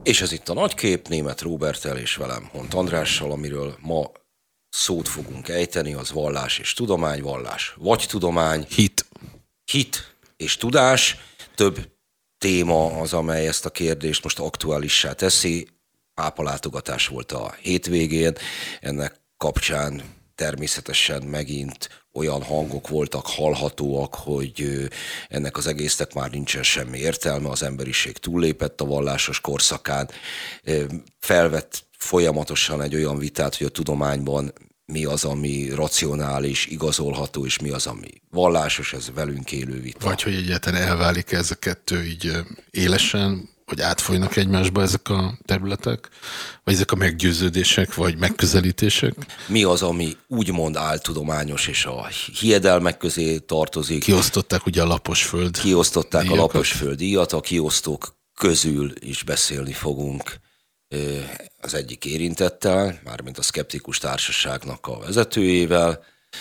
És ez itt a Nagykép, Németh Róberttel és velem, Hont Andrással, amiről ma szót fogunk ejteni, az vallás és tudomány, vallás vagy tudomány. Hit és tudás. Több téma az, amely ezt a kérdést most aktuálissá teszi. Pápalátogatás volt a hétvégén, ennek kapcsán természetesen megint olyan hangok voltak hallhatóak, hogy ennek az egésznek már nincsen semmi értelme, az emberiség túllépett a vallásos korszakán. Felvett folyamatosan egy olyan vitát, hogy a tudományban mi az, ami racionális, igazolható, és mi az, ami vallásos, ez velünk élő vita. Vagy hogy egyáltalán elválik ez a kettő így élesen, hogy átfolynak egymásba ezek a területek, vagy ezek a meggyőződések, vagy megközelítések. Mi az, ami úgymond áltudományos, és a hiedelmek közé tartozik. Kiosztották ugye a Laposföld. Kiosztották a Laposföld díjat, a kiosztók közül is beszélni fogunk az egyik érintettel, mármint a Szkeptikus Társaságnak a vezetőjével.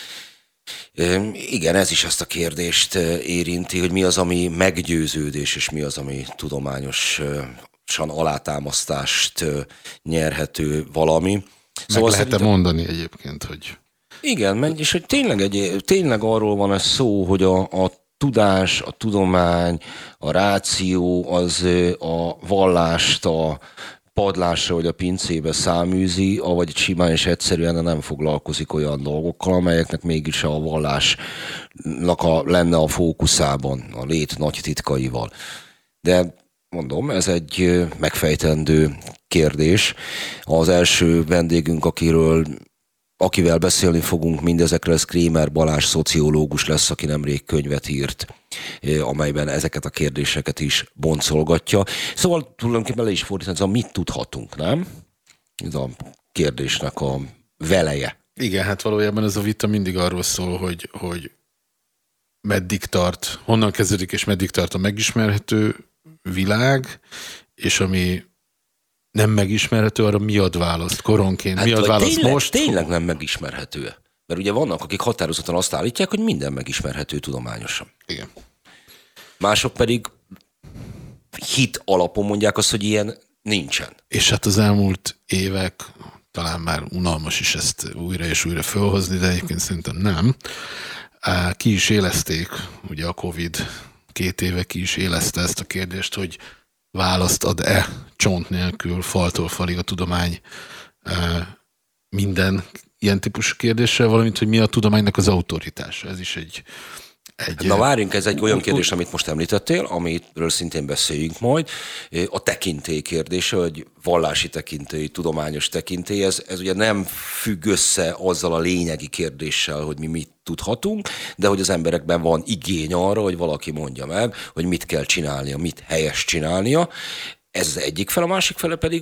Igen, ez is ezt a kérdést érinti, hogy mi az, ami meggyőződés, és mi az, ami tudományosan alátámasztást nyerhető valami. Szóval lehet mondani egyébként, hogy... Igen, és hogy tényleg arról van ez szó, hogy a tudás, a tudomány, a ráció az a vallást a padlásra vagy a pincébe száműzi, avagy simán és egyszerűen nem foglalkozik olyan dolgokkal, amelyeknek mégis a vallásnak lenne a fókuszában, a lét nagy titkaival. De mondom, ez egy megfejtendő kérdés. Az első vendégünk, akivel beszélni fogunk mindezekről, ez Krémer Balázs szociológus lesz, aki nemrég könyvet írt, amelyben ezeket a kérdéseket is boncolgatja. Szóval tulajdonképpen le is fordítani, ez a mit tudhatunk, nem? Ez a kérdésnek a veleje. Igen, hát valójában ez a vita mindig arról szól, hogy meddig tart, honnan kezdődik és meddig tart a megismerhető világ, és ami nem megismerhető, arra mi ad választ koronként? Mi ad választ most? Tényleg nem megismerhető. Mert ugye vannak, akik határozottan azt állítják, hogy minden megismerhető tudományosan. Igen. Mások pedig hit alapon mondják azt, hogy ilyen nincsen. És hát az elmúlt évek, talán már unalmas is ezt újra és újra felhozni, de egyébként szerintem nem. Ki is élezték, ugye a Covid 2 éve ki is élezte ezt a kérdést, hogy választ ad-e csont nélkül, faltól falig a tudomány minden ilyen típusú kérdésre, valamint, hogy mi a tudománynak az autoritása. Ez is egy... Na várjunk, ez egy olyan kérdés, amit most említettél, amiről szintén beszéljünk majd. A tekintély kérdése, hogy vallási tekintély, tudományos tekintély, ez ugye nem függ össze azzal a lényegi kérdéssel, hogy mi mit tudhatunk, de hogy az emberekben van igény arra, hogy valaki mondja meg, hogy mit kell csinálnia, mit helyes csinálnia. Ez az egyik fele, a másik fele pedig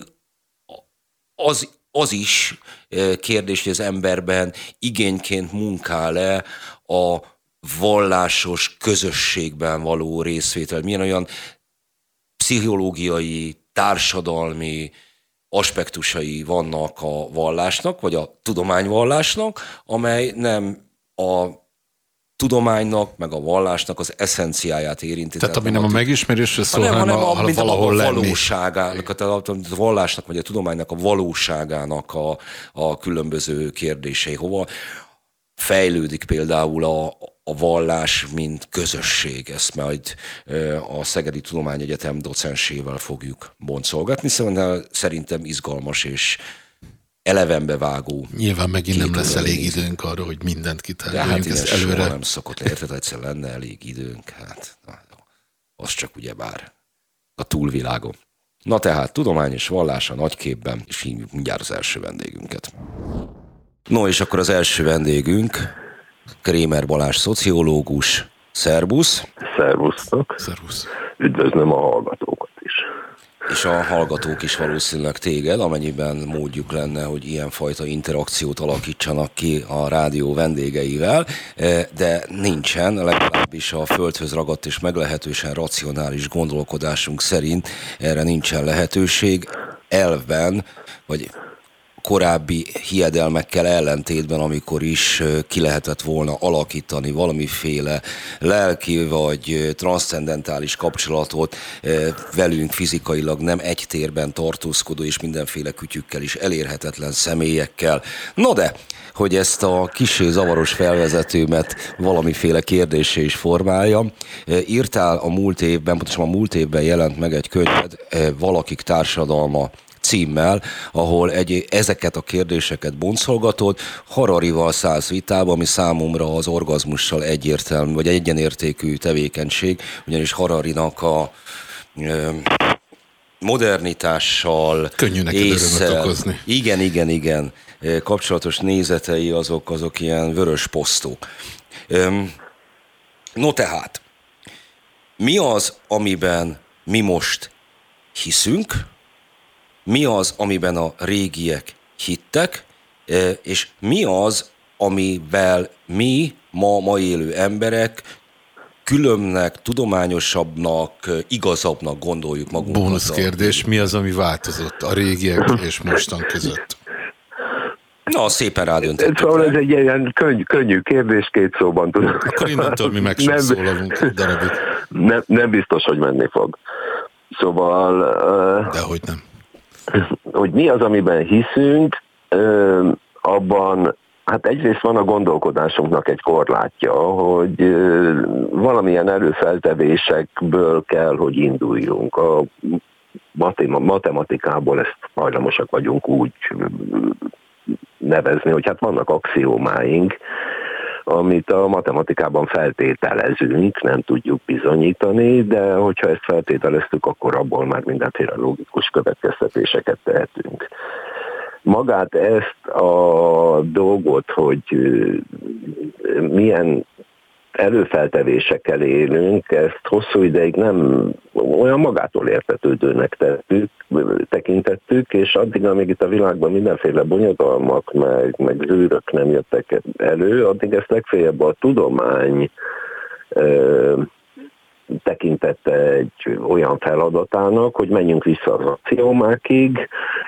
az is kérdés, hogy az emberben igényként munkál-e a vallásos közösségben való részvétel. Milyen olyan pszichológiai, társadalmi aspektusai vannak a vallásnak, vagy a tudományvallásnak, amely nem a tudománynak, meg a vallásnak az eszenciáját érinti. Tehát ami nem a megismerésre szól, hanem valahol a valóságának, a vallásnak, vagy a tudománynak a valóságának a különböző kérdései. Hova fejlődik például a vallás, mint közösség. Ezt majd a Szegedi Tudományegyetem docensével fogjuk boncolgatni, szóval szerintem izgalmas és elevenbe vágó. Nyilván megint nem lesz elég időnk arra, hogy mindent kitárgyaljunk. De hát ilyen előre nem szokott, érted, egyszer lenne elég időnk, hát az csak ugyebár a túlvilágon. Na tehát, tudomány és vallás a Nagyképben, és hívjuk mindjárt az első vendégünket. No, és akkor az első vendégünk Krémer Balázs szociológus. Szerbusz! Szervusztok! Szervusz! Üdvözlöm a hallgatókat is! És a hallgatók is valószínűleg téged, amennyiben módjuk lenne, hogy ilyenfajta interakciót alakítsanak ki a rádió vendégeivel, de nincsen, legalábbis a földhöz ragadt és meglehetősen racionális gondolkodásunk szerint erre nincsen lehetőség. Elvben, vagy korábbi hiedelmekkel ellentétben, amikor is ki lehetett volna alakítani valamiféle lelki vagy transzcendentális kapcsolatot velünk fizikailag nem egy térben tartózkodó és mindenféle kütyükkel is elérhetetlen személyekkel. No de, hogy ezt a kissé zavaros felvezetőmet valamiféle kérdésé is formáljam, írtál a múlt évben, pontosan a múlt évben jelent meg egy könyved, Valakik társadalma címmel, ahol ezeket a kérdéseket boncolgatod, Hararival szállsz vitába, ami számomra az orgazmussal egyértelmű, vagy egyenértékű tevékenység, ugyanis Hararinak a modernitással, könnyű neked örömet okozni. Igen, kapcsolatos nézetei azok ilyen vörös posztók. No tehát, mi az, amiben mi most hiszünk, mi az, amiben a régiek hittek, és mi az, amivel mi, ma élő emberek különbnek, tudományosabbnak, igazabbnak gondoljuk magunkat. Bónusz kérdés, mi az, ami változott a régiek és mostan között? Na, szépen rádöntöttük. Szóval ez egy ilyen könnyű kérdés, 2 szóban tudom. Akkor innentől mi meg sem szólalunk egy darabig. Nem biztos, hogy menni fog. Szóval... Dehogy nem. Hogy mi az, amiben hiszünk, abban, hát egyrészt van a gondolkodásunknak egy korlátja, hogy valamilyen előfeltevésekből kell, hogy induljunk. A matematikából ezt hajlamosak vagyunk úgy nevezni, hogy hát vannak axiómáink, amit a matematikában feltételezünk, nem tudjuk bizonyítani, de hogyha ezt feltételeztük, akkor abból már mindenféle logikus következtetéseket tehetünk. Magát ezt a dolgot, hogy milyen előfeltevésekkel élünk, ezt hosszú ideig nem olyan magától értetődőnek tekintettük, és addig, amíg itt a világban mindenféle bonyodalmak, meg zűrök nem jöttek elő, addig ezt legfeljebb a tudomány tekintette egy olyan feladatának, hogy menjünk vissza az axiómákig,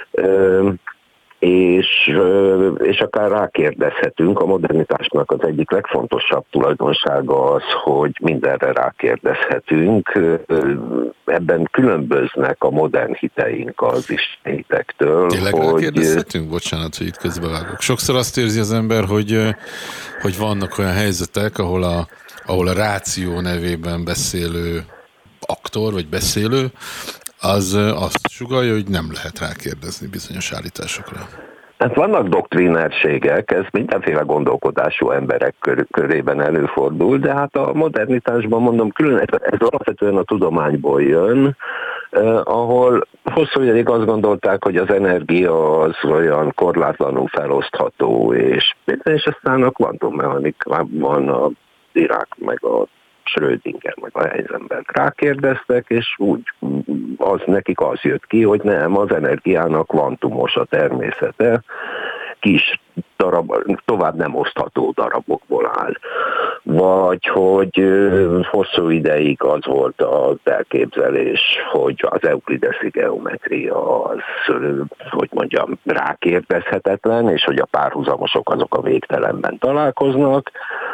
és akár rákérdezhetünk. A modernitásnak az egyik legfontosabb tulajdonsága az, hogy mindenre rákérdezhetünk. Ebben különböznek a modern hiteink az istenhitektől. Tényleg rákérdezhetünk? Bocsánat, hogy itt közbevágok. Sokszor azt érzi az ember, hogy vannak olyan helyzetek, ahol a ráció nevében beszélő aktor, vagy beszélő, az azt sugallja, hogy nem lehet rákérdezni bizonyos állításokra. Hát vannak doktrínerségek, ez mindenféle gondolkodású emberek körében előfordul, de hát a modernitásban mondom, ez alapvetően a tudományból jön, ahol hosszú ideig azt gondolták, hogy az energia az olyan korlátlanul felosztható, és aztán a kvantummechanikában a Dirac meg a Schrödinger, meg a Heisenberg rákérdeztek, és úgy nekik az jött ki, hogy nem, az energiának kvantumos a természete, kis tovább nem osztható darabokból áll. Vagy hogy hosszú ideig az volt az elképzelés, hogy az euklideszi geometria az, hogy mondjam, rákérdezhetetlen, és hogy a párhuzamosok azok a végtelenben találkoznak.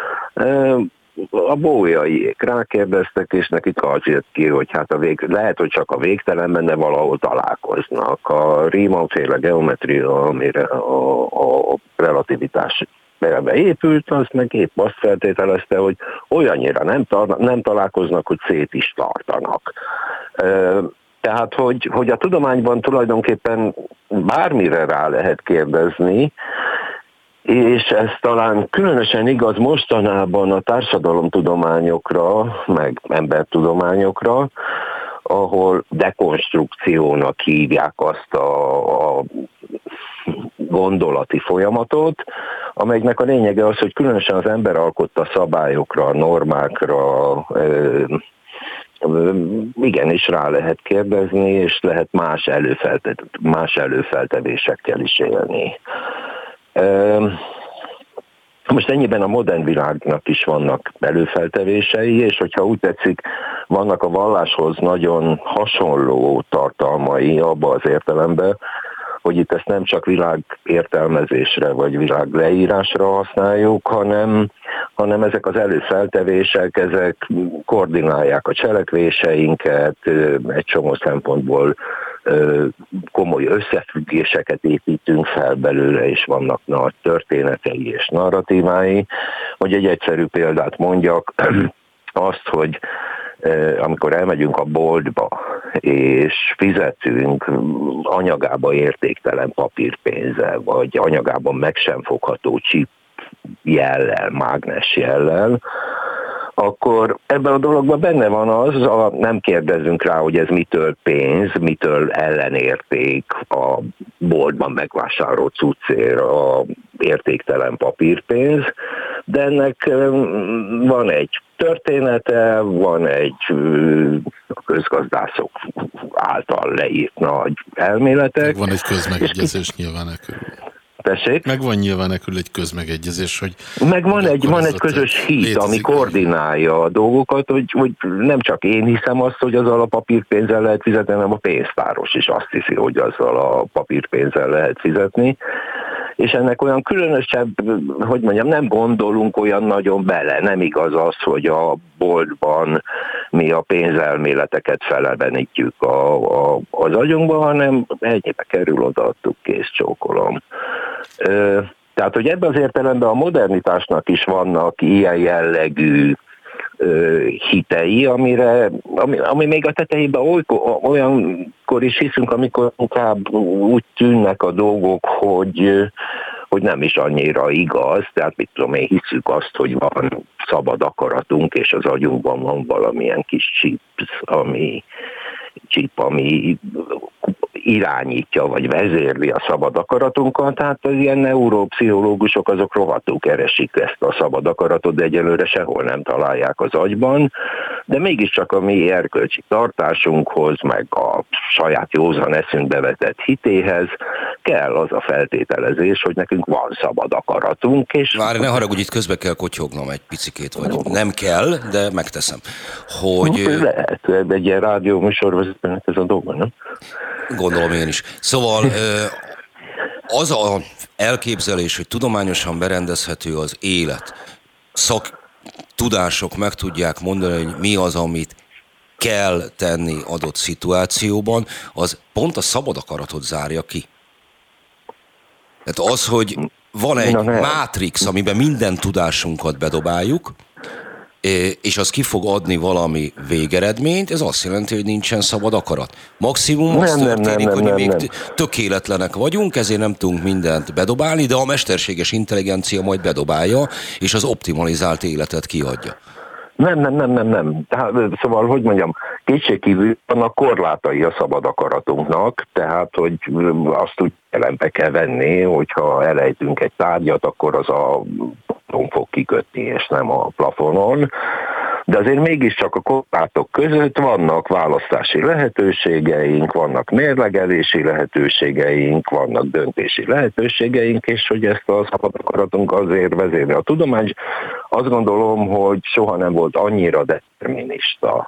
A bójaiék rákérdeztek, és nekik az jött ki, hogy hát lehet, hogy csak a végtelenben, de valahol találkoznak. A Riemann-féle geometria, amire a relativitás épült, az meg épp azt feltételezte, hogy olyannyira nem találkoznak, hogy szét is tartanak. Tehát, hogy a tudományban tulajdonképpen bármire rá lehet kérdezni, és ez talán különösen igaz mostanában a társadalomtudományokra, meg embertudományokra, ahol dekonstrukciónak hívják azt a gondolati folyamatot, amelynek a lényege az, hogy különösen az ember alkotta szabályokra, normákra, igenis rá lehet kérdezni, és lehet más előfeltevésekkel is élni. Most ennyiben a modern világnak is vannak előfeltevései, és hogyha úgy tetszik, vannak a valláshoz nagyon hasonló tartalmai abba az értelemben, hogy itt ezt nem csak világértelmezésre vagy világleírásra használjuk, hanem ezek az előfeltevések, ezek koordinálják a cselekvéseinket, egy csomó szempontból komoly összefüggéseket építünk fel belőle, és vannak nagy történetei és narratívái. Hogy egy egyszerű példát mondjak, azt, hogy amikor elmegyünk a boltba, és fizetünk anyagában értéktelen papírpénzzel, vagy anyagában meg sem fogható chip jellel, mágnes jellel, akkor ebben a dologban benne van az, nem kérdezzünk rá, hogy ez mitől pénz, mitől ellenérték a boltban megvásárolt cuccér a értéktelen papírpénz, de ennek van egy története, van egy a közgazdászok által leírt nagy elméletek. Van egy közmegegyezés nyilván körül. Tessék? Megvan nyilván egy közmegegyezés, hogy... Van egy közös hit, ami koordinálja a dolgokat, hogy nem csak én hiszem azt, hogy azzal a papírpénzzel lehet fizetni, hanem a pénztáros is azt hiszi, hogy azzal a papírpénzzel lehet fizetni. És ennek olyan különösebb, hogy mondjam, nem gondolunk olyan nagyon bele. Nem igaz az, hogy a boltban mi a pénzelméleteket felevenítjük az agyunkba, hanem ennyibe kerül, odaadtuk, kész, csókolom. Tehát, hogy ebben az értelemben a modernitásnak is vannak ilyen jellegű hitei, ami még a tetejében olyankor is hiszünk, amikor inkább úgy tűnnek a dolgok, hogy nem is annyira igaz, tehát mit tudom én, hiszük azt, hogy van szabad akaratunk, és az agyunkban van valamilyen kis chip, ami irányítja, vagy vezérli a szabad akaratunkat, tehát az ilyen neuropszichológusok azok rohadtul keresik ezt a szabad akaratot, de egyelőre sehol nem találják az agyban, de mégiscsak a mi erkölcsi tartásunkhoz, meg a saját józan eszünkbe vetett hitéhez kell az a feltételezés, hogy nekünk van szabad akaratunk, és... Várj, ne haragudj, itt közbe kell kotyognom egy picikét, vagy nem kell, de megteszem. Hogy... Lehet, egy ilyen rádióműsorvezetőnek ez a dolga, nem? Gondolom én is. Szóval az a elképzelés, hogy tudományosan berendezhető az élet, szaktudások meg tudják mondani, hogy mi az, amit kell tenni adott szituációban, az pont a szabad akaratot zárja ki. Tehát az, hogy van egy mátrix, amiben minden tudásunkat bedobáljuk, és az ki fog adni valami végeredményt, ez azt jelenti, hogy nincsen szabad akarat. Maximum az történik, hogy még tökéletlenek vagyunk, ezért nem tudunk mindent bedobálni, de a mesterséges intelligencia majd bedobálja, és az optimalizált életet kiadja. Nem. Szóval, hogy mondjam, kétségkívül vannak korlátai a szabad akaratunknak, tehát, hogy azt úgy jelenbe kell venni, hogyha elejtünk egy tárgyat, akkor az a plafonon fog kikötni, és nem a plafonon. De azért mégiscsak a korlátok között vannak választási lehetőségeink, vannak mérlegelési lehetőségeink, vannak döntési lehetőségeink, és hogy ezt a szabad akaratunk azért vezérli. A tudomány azt gondolom, hogy soha nem volt annyira determinista,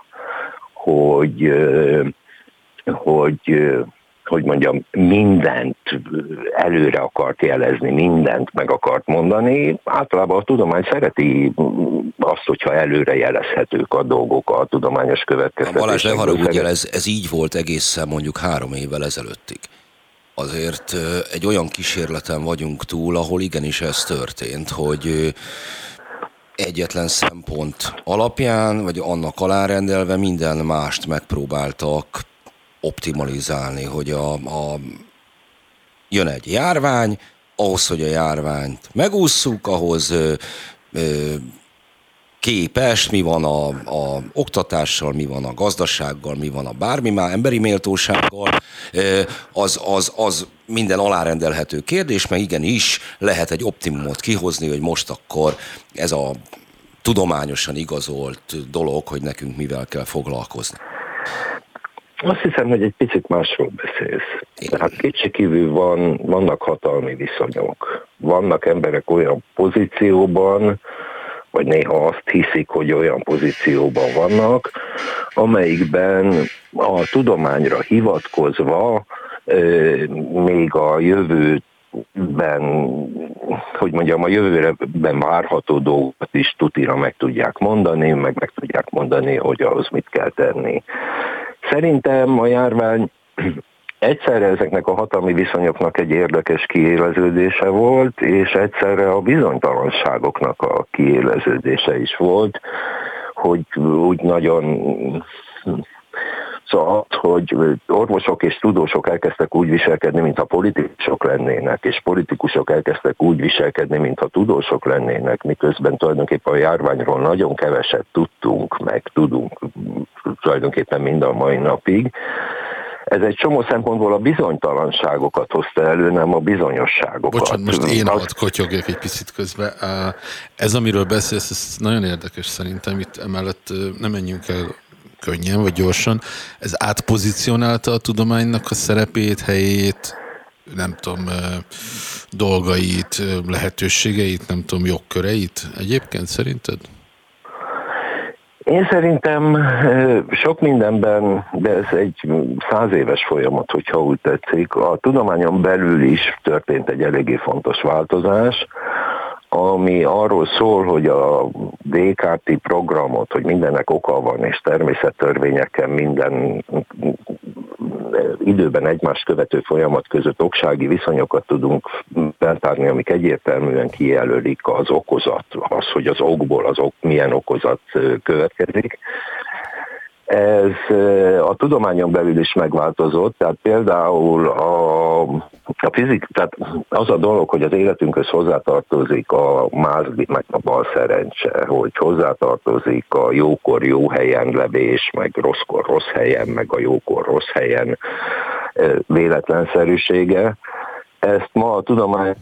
hogy mondjam, mindent előre akart jelezni, mindent meg akart mondani. Általában a tudomány szereti azt, hogyha előre jelezhetők a dolgok, a tudományos következtetések. Balázs, ne haragudj el, ez így volt egészen mondjuk 3 évvel ezelőttig. Azért egy olyan kísérleten vagyunk túl, ahol igenis ez történt, hogy egyetlen szempont alapján, vagy annak alárendelve minden mást megpróbáltak optimalizálni, hogy jön egy járvány, ahhoz, hogy a járványt megússzuk, ahhoz képest mi van a oktatással, mi van a gazdasággal, mi van a bármi már emberi méltósággal, az minden alárendelhető kérdés, mert igenis lehet egy optimumot kihozni, hogy most akkor ez a tudományosan igazolt dolog, hogy nekünk mivel kell foglalkozni. Azt hiszem, hogy egy picit másról beszélsz. Tehát kétségkívül vannak hatalmi viszonyok. Vannak emberek olyan pozícióban, vagy néha azt hiszik, hogy olyan pozícióban vannak, amelyikben a tudományra hivatkozva még a jövőben, a jövőben várható dolgokat is tutira meg tudják mondani, meg tudják mondani, hogy ahhoz mit kell tenni. Szerintem a járvány egyszerre ezeknek a hatalmi viszonyoknak egy érdekes kiéleződése volt, és egyszerre a bizonytalanságoknak a kiéleződése is volt, hogy úgy nagyon... Szóval, hogy orvosok és tudósok elkezdtek úgy viselkedni, mintha politikusok lennének, és politikusok elkezdtek úgy viselkedni, mintha tudósok lennének, miközben tulajdonképpen a járványról nagyon keveset tudtunk, meg tudunk tulajdonképpen mind a mai napig. Ez egy csomó szempontból a bizonytalanságokat hozta elő, nem a bizonyosságokat. Bocsánat, most én hadd kotyogjak egy picit közbe. Ez, amiről beszélsz, ez nagyon érdekes szerintem. Itt emellett nem menjünk el könnyen vagy gyorsan. Ez átpozícionálta a tudománynak a szerepét, helyét, nem tudom, dolgait, lehetőségeit, nem tudom, jogköreit egyébként szerinted? Én szerintem sok mindenben, de ez egy 100 éves folyamat, hogyha úgy tetszik. A tudományon belül is történt egy eléggé fontos változás, ami arról szól, hogy a Descartes-i programot, hogy mindennek oka van, és természettörvényekkel minden időben egymást követő folyamat között oksági viszonyokat tudunk feltárni, amik egyértelműen kijelölik az okozat, az, hogy az okból az milyen okozat következik. Ez a tudományon belül is megváltozott, tehát például a fizik, tehát az a dolog, hogy az életünkhöz hozzátartozik a mázli, meg a bal szerencse, hogy hozzátartozik a jókor jó helyen levés, meg rosszkor rossz helyen, meg a jókor rossz helyen véletlenszerűsége. Ezt ma a tudomány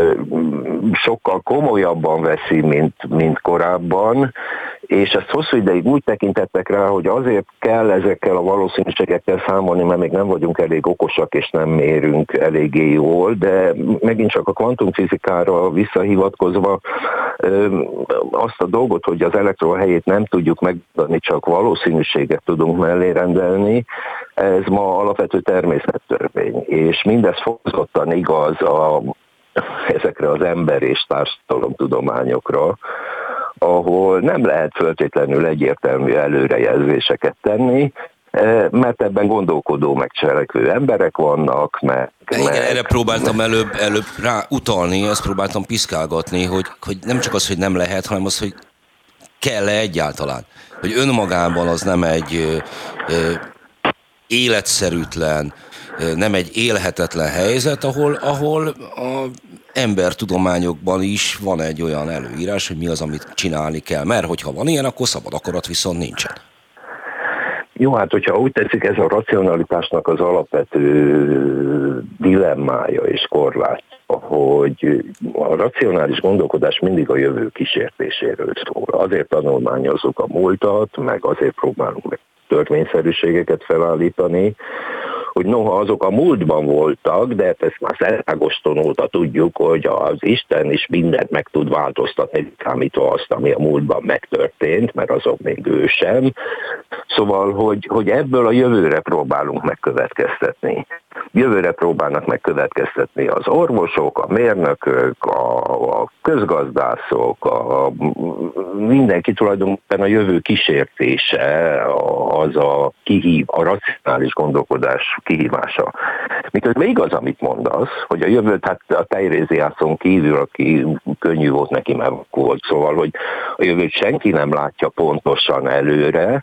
sokkal komolyabban veszi, mint korábban, és ezt hosszú ideig úgy tekintettek rá, hogy azért kell ezekkel a valószínűségekkel számolni, mert még nem vagyunk elég okosak, és nem mérünk eléggé jól, de megint csak a kvantumfizikára visszahivatkozva azt a dolgot, hogy az elektron helyét nem tudjuk megadni, csak valószínűséget tudunk mellé rendelni, ez ma alapvető természettörvény, és mindez fokozottan igaz ezekre az ember- és társadalomtudományokra, ahol nem lehet feltétlenül egyértelmű előrejelzéseket tenni, mert ebben gondolkodó, meg cselekvő emberek vannak, Igen, erre próbáltam előbb rá utalni, ezt próbáltam piszkálgatni, hogy nem csak az, hogy nem lehet, hanem az, hogy kell-e egyáltalán. Hogy önmagában az nem egy életszerűtlen, nem egy élhetetlen helyzet, ahol a embertudományokban is van egy olyan előírás, hogy mi az, amit csinálni kell. Mert hogyha van ilyen, akkor szabad akarat viszont nincsen. Jó, hát hogyha úgy tetszik, ez a racionalitásnak az alapvető dilemmája és korlátja, hogy a racionális gondolkodás mindig a jövő kísértéséről szól. Azért tanulmányozzuk a múltat, meg azért próbálunk meg törvényszerűségeket felállítani, hogy noha azok a múltban voltak, de ezt már Szerágoston óta tudjuk, hogy az Isten is mindent meg tud változtatni, számítva azt, ami a múltban megtörtént, mert azok még ő sem. Szóval, hogy ebből a jövőre próbálunk megkövetkeztetni. Jövőre próbálnak megkövetkeztetni az orvosok, a mérnökök, a közgazdászok, mindenki tulajdonképpen a jövő kísértése, az a racionális gondolkodás kihívása. Miközben igaz, amit mondasz, hogy a jövő, tehát a Teiresiason kívül, aki könnyű volt neki, mert volt, szóval, hogy a jövőt senki nem látja pontosan előre,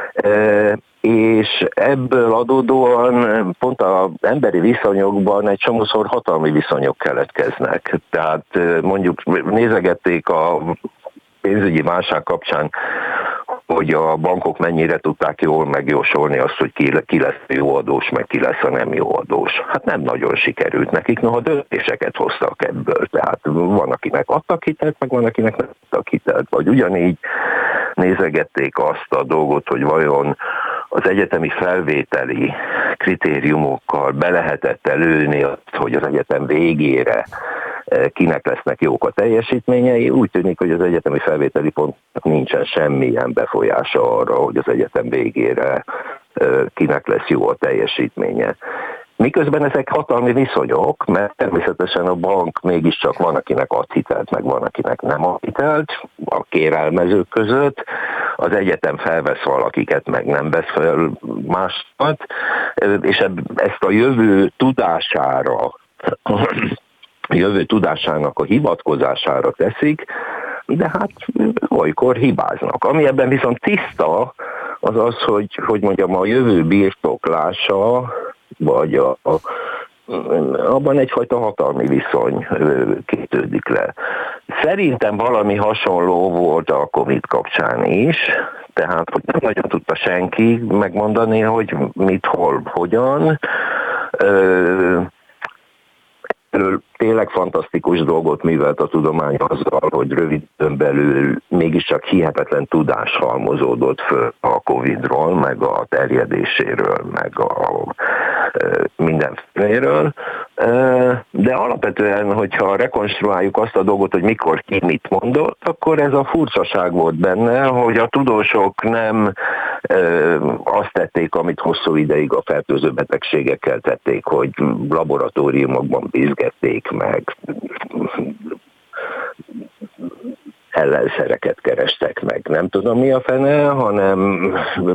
és ebből adódóan pont az emberi viszonyokban egy csomószor hatalmi viszonyok keletkeznek. Tehát mondjuk nézegették a pénzügyi válság kapcsán, hogy a bankok mennyire tudták jól megjósolni azt, hogy ki lesz jó adós, meg ki lesz a nem jó adós. Hát nem nagyon sikerült nekik, noha döntéseket hoztak ebből. Tehát van, akinek adtak hitelt, meg van, akinek nem adtak hitelt. Vagy ugyanígy nézegették azt a dolgot, hogy vajon az egyetemi felvételi kritériumokkal be lehetett előni azt, hogy az egyetem végére kinek lesznek jók a teljesítményei. Úgy tűnik, hogy az egyetemi felvételi pontnak nincsen semmilyen befolyása arra, hogy az egyetem végére kinek lesz jó a teljesítménye. Miközben ezek hatalmi viszonyok, mert természetesen a bank mégiscsak van, akinek ad hitelt, meg van, akinek nem ad hitelt, a kérelmezők között, az egyetem felvesz valakiket, meg nem vesz fel másokat, és ezt a jövő tudásának a hivatkozására teszik, de hát olykor hibáznak. Ami ebben viszont tiszta, az az, hogy mondjam, a jövő birtoklása, vagy abban egyfajta hatalmi viszony kötődik le. Szerintem valami hasonló volt a Covid kapcsán is, tehát hogy nem nagyon tudta senki megmondani, hogy mit, hol, hogyan. Erről tényleg fantasztikus dolgot művelt a tudomány azzal, hogy rövid időn belül mégiscsak hihetetlen tudás halmozódott föl a Covid-ról, meg a terjedéséről, meg a mindenféléről. De alapvetően, hogyha rekonstruáljuk azt a dolgot, hogy mikor ki mit mondott, akkor ez a furcsaság volt benne, hogy a tudósok nem azt tették, amit hosszú ideig a fertőző betegségekkel tették, hogy laboratóriumokban bizgették meg, ellenszereket kerestek meg, nem tudom mi a fene, hanem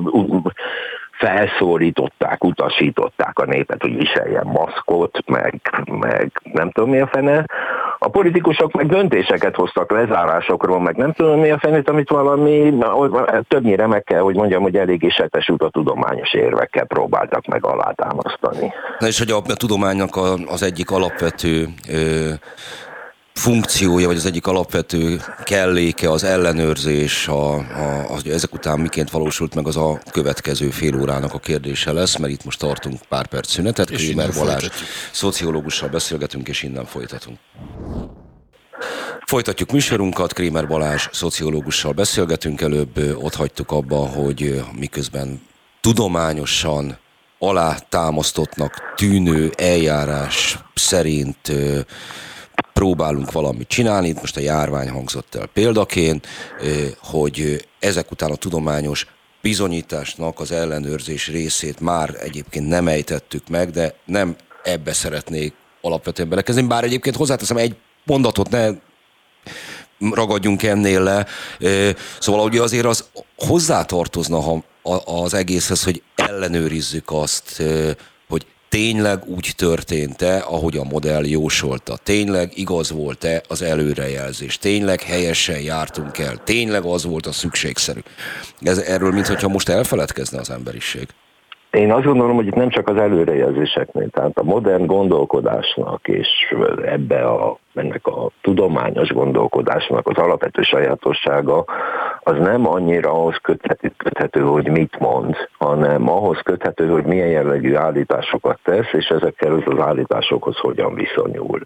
felszólították, utasították a népet, hogy viseljen maszkot, meg nem tudom mi a fene. A politikusok meg döntéseket hoztak lezárásokról, meg nem tudom mi a fenét, amit valami, többnyire meg kell, hogy mondjam, hogy elég esetes út a tudományos érvekkel próbáltak meg alátámasztani. Na és hogy a tudománynak az egyik alapvető funkciója, vagy az egyik alapvető kelléke az ellenőrzés, hogy ezek után miként valósult meg, az a következő fél órának a kérdése lesz, mert itt most tartunk pár perc szünetet. Krémer Balázs szociológussal beszélgetünk, és innen folytatunk. Folytatjuk műsorunkat, Krémer Balázs szociológussal beszélgetünk, előbb ott hagytuk abba, hogy miközben tudományosan alátámasztottnak tűnő eljárás szerint próbálunk valamit csinálni, itt most a járvány hangzott el példaként, hogy ezek után a tudományos bizonyításnak az ellenőrzés részét már egyébként nem ejtettük meg, de nem ebbe szeretnék alapvetően belekezdeni, bár egyébként hozzáteszem, egy mondatot ne ragadjunk ennél le, szóval ugye azért az hozzátartozna az egészhez, hogy ellenőrizzük azt, hogy tényleg úgy történt-e, ahogy a modell jósolta? Tényleg igaz volt-e az előrejelzés? Tényleg helyesen jártunk el? Tényleg az volt a szükségszerű? Erről mintha most elfeledkezne az emberiség. Én azt gondolom, hogy itt nem csak az előrejelzéseknél, tehát a modern gondolkodásnak és ennek a tudományos gondolkodásnak az alapvető sajátossága az nem annyira ahhoz köthető, hogy mit mond, hanem ahhoz köthető, hogy milyen jellegű állításokat tesz, és ezekkel az állításokhoz hogyan viszonyul.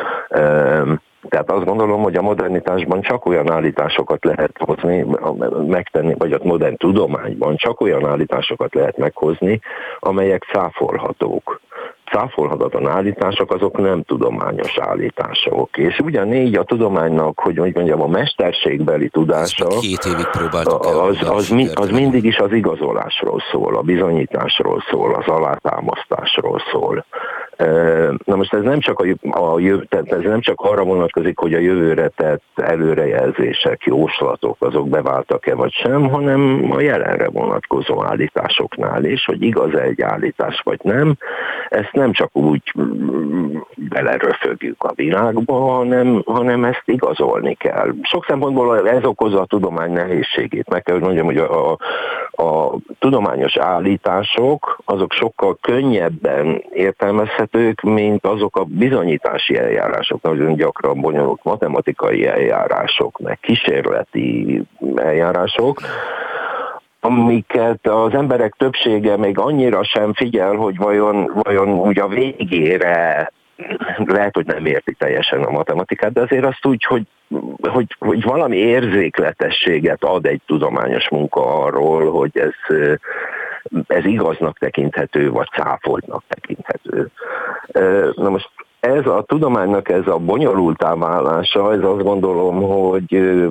Tehát azt gondolom, hogy a modernitásban csak olyan állításokat lehet hozni, megtenni, vagy a modern tudományban csak olyan állításokat lehet meghozni, amelyek cáfolhatók. Cáfolhatatlan állítások azok nem tudományos állítások. És ugyanígy a tudománynak, hogy mondjam, a mesterségbeli tudása, az mindig is az igazolásról szól, a bizonyításról szól, az alátámasztásról szól. Na most ez nem csak ez nem csak arra vonatkozik, hogy a jövőre tett előrejelzések, jóslatok, azok beváltak-e vagy sem, hanem a jelenre vonatkozó állításoknál is, hogy igaz-e egy állítás vagy nem. Ezt nem csak úgy beleröfögjük a világba, hanem ezt igazolni kell. Sok szempontból ez okozza a tudomány nehézségét. Meg kell, hogy mondjam, hogy a tudományos állítások azok sokkal könnyebben értelmezhetők, mint azok a bizonyítási eljárások, nagyon gyakran bonyolult matematikai eljárások, meg kísérleti eljárások, amiket az emberek többsége még annyira sem figyel, hogy vajon úgy a végére lehet, hogy nem érti teljesen a matematikát, de azért azt úgy, hogy valami érzékletességet ad egy tudományos munka arról, hogy ez igaznak tekinthető, vagy cáfoltnak tekinthető. Na most ez a tudománynak ez a bonyolultá válása, ez azt gondolom,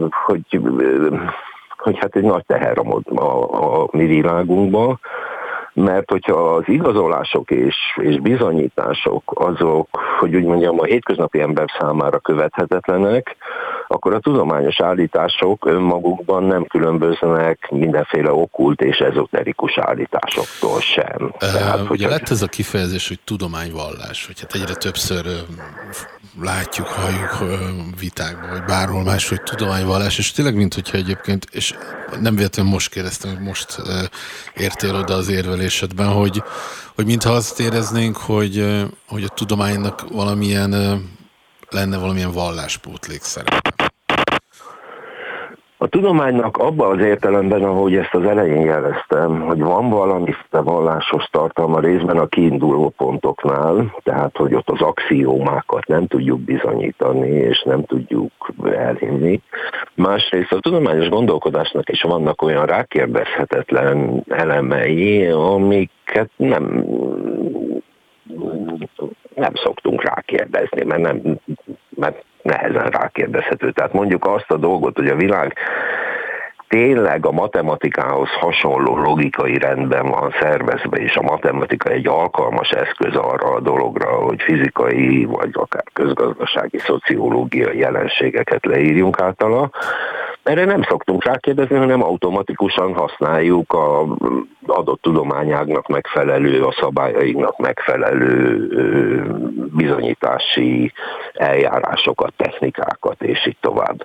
hogy hát egy nagy teher a mi világunkban, mert hogyha az igazolások és bizonyítások azok, hogy úgy mondjam, a hétköznapi ember számára követhetetlenek, akkor a tudományos állítások önmagukban nem különböznek mindenféle okkult és ezoterikus állításoktól sem. Tehát, ugye lett ez a kifejezés, hogy tudományvallás, hogy hát egyre többször látjuk, halljuk vitákban, vagy bárhol más, hogy tudományvallás, és tényleg, mint hogyha egyébként, és nem véletlenül most kérdeztem, hogy most értél oda az érvelésedben, hogy mintha azt éreznénk, hogy a tudománynak lenne valamilyen valláspótlék szerepe. A tudománynak abban az értelemben, ahogy ezt az elején jeleztem, hogy van valami vallásos tartalma részben a kiinduló pontoknál, tehát hogy ott az axiómákat nem tudjuk bizonyítani, és nem tudjuk elhinni. Másrészt a tudományos gondolkodásnak is vannak olyan rákérdezhetetlen elemei, amiket nem szoktunk rákérdezni, mert nehezen rákérdezhető. Tehát mondjuk azt a dolgot, hogy a világ tényleg a matematikához hasonló logikai rendben van szervezve, és a matematika egy alkalmas eszköz arra a dologra, hogy fizikai, vagy akár közgazdasági, szociológiai jelenségeket leírjunk általa. Erre nem szoktunk rákérdezni, hanem automatikusan használjuk az adott tudományágnak megfelelő, a szabályainknak megfelelő bizonyítási eljárásokat, technikákat, és így tovább.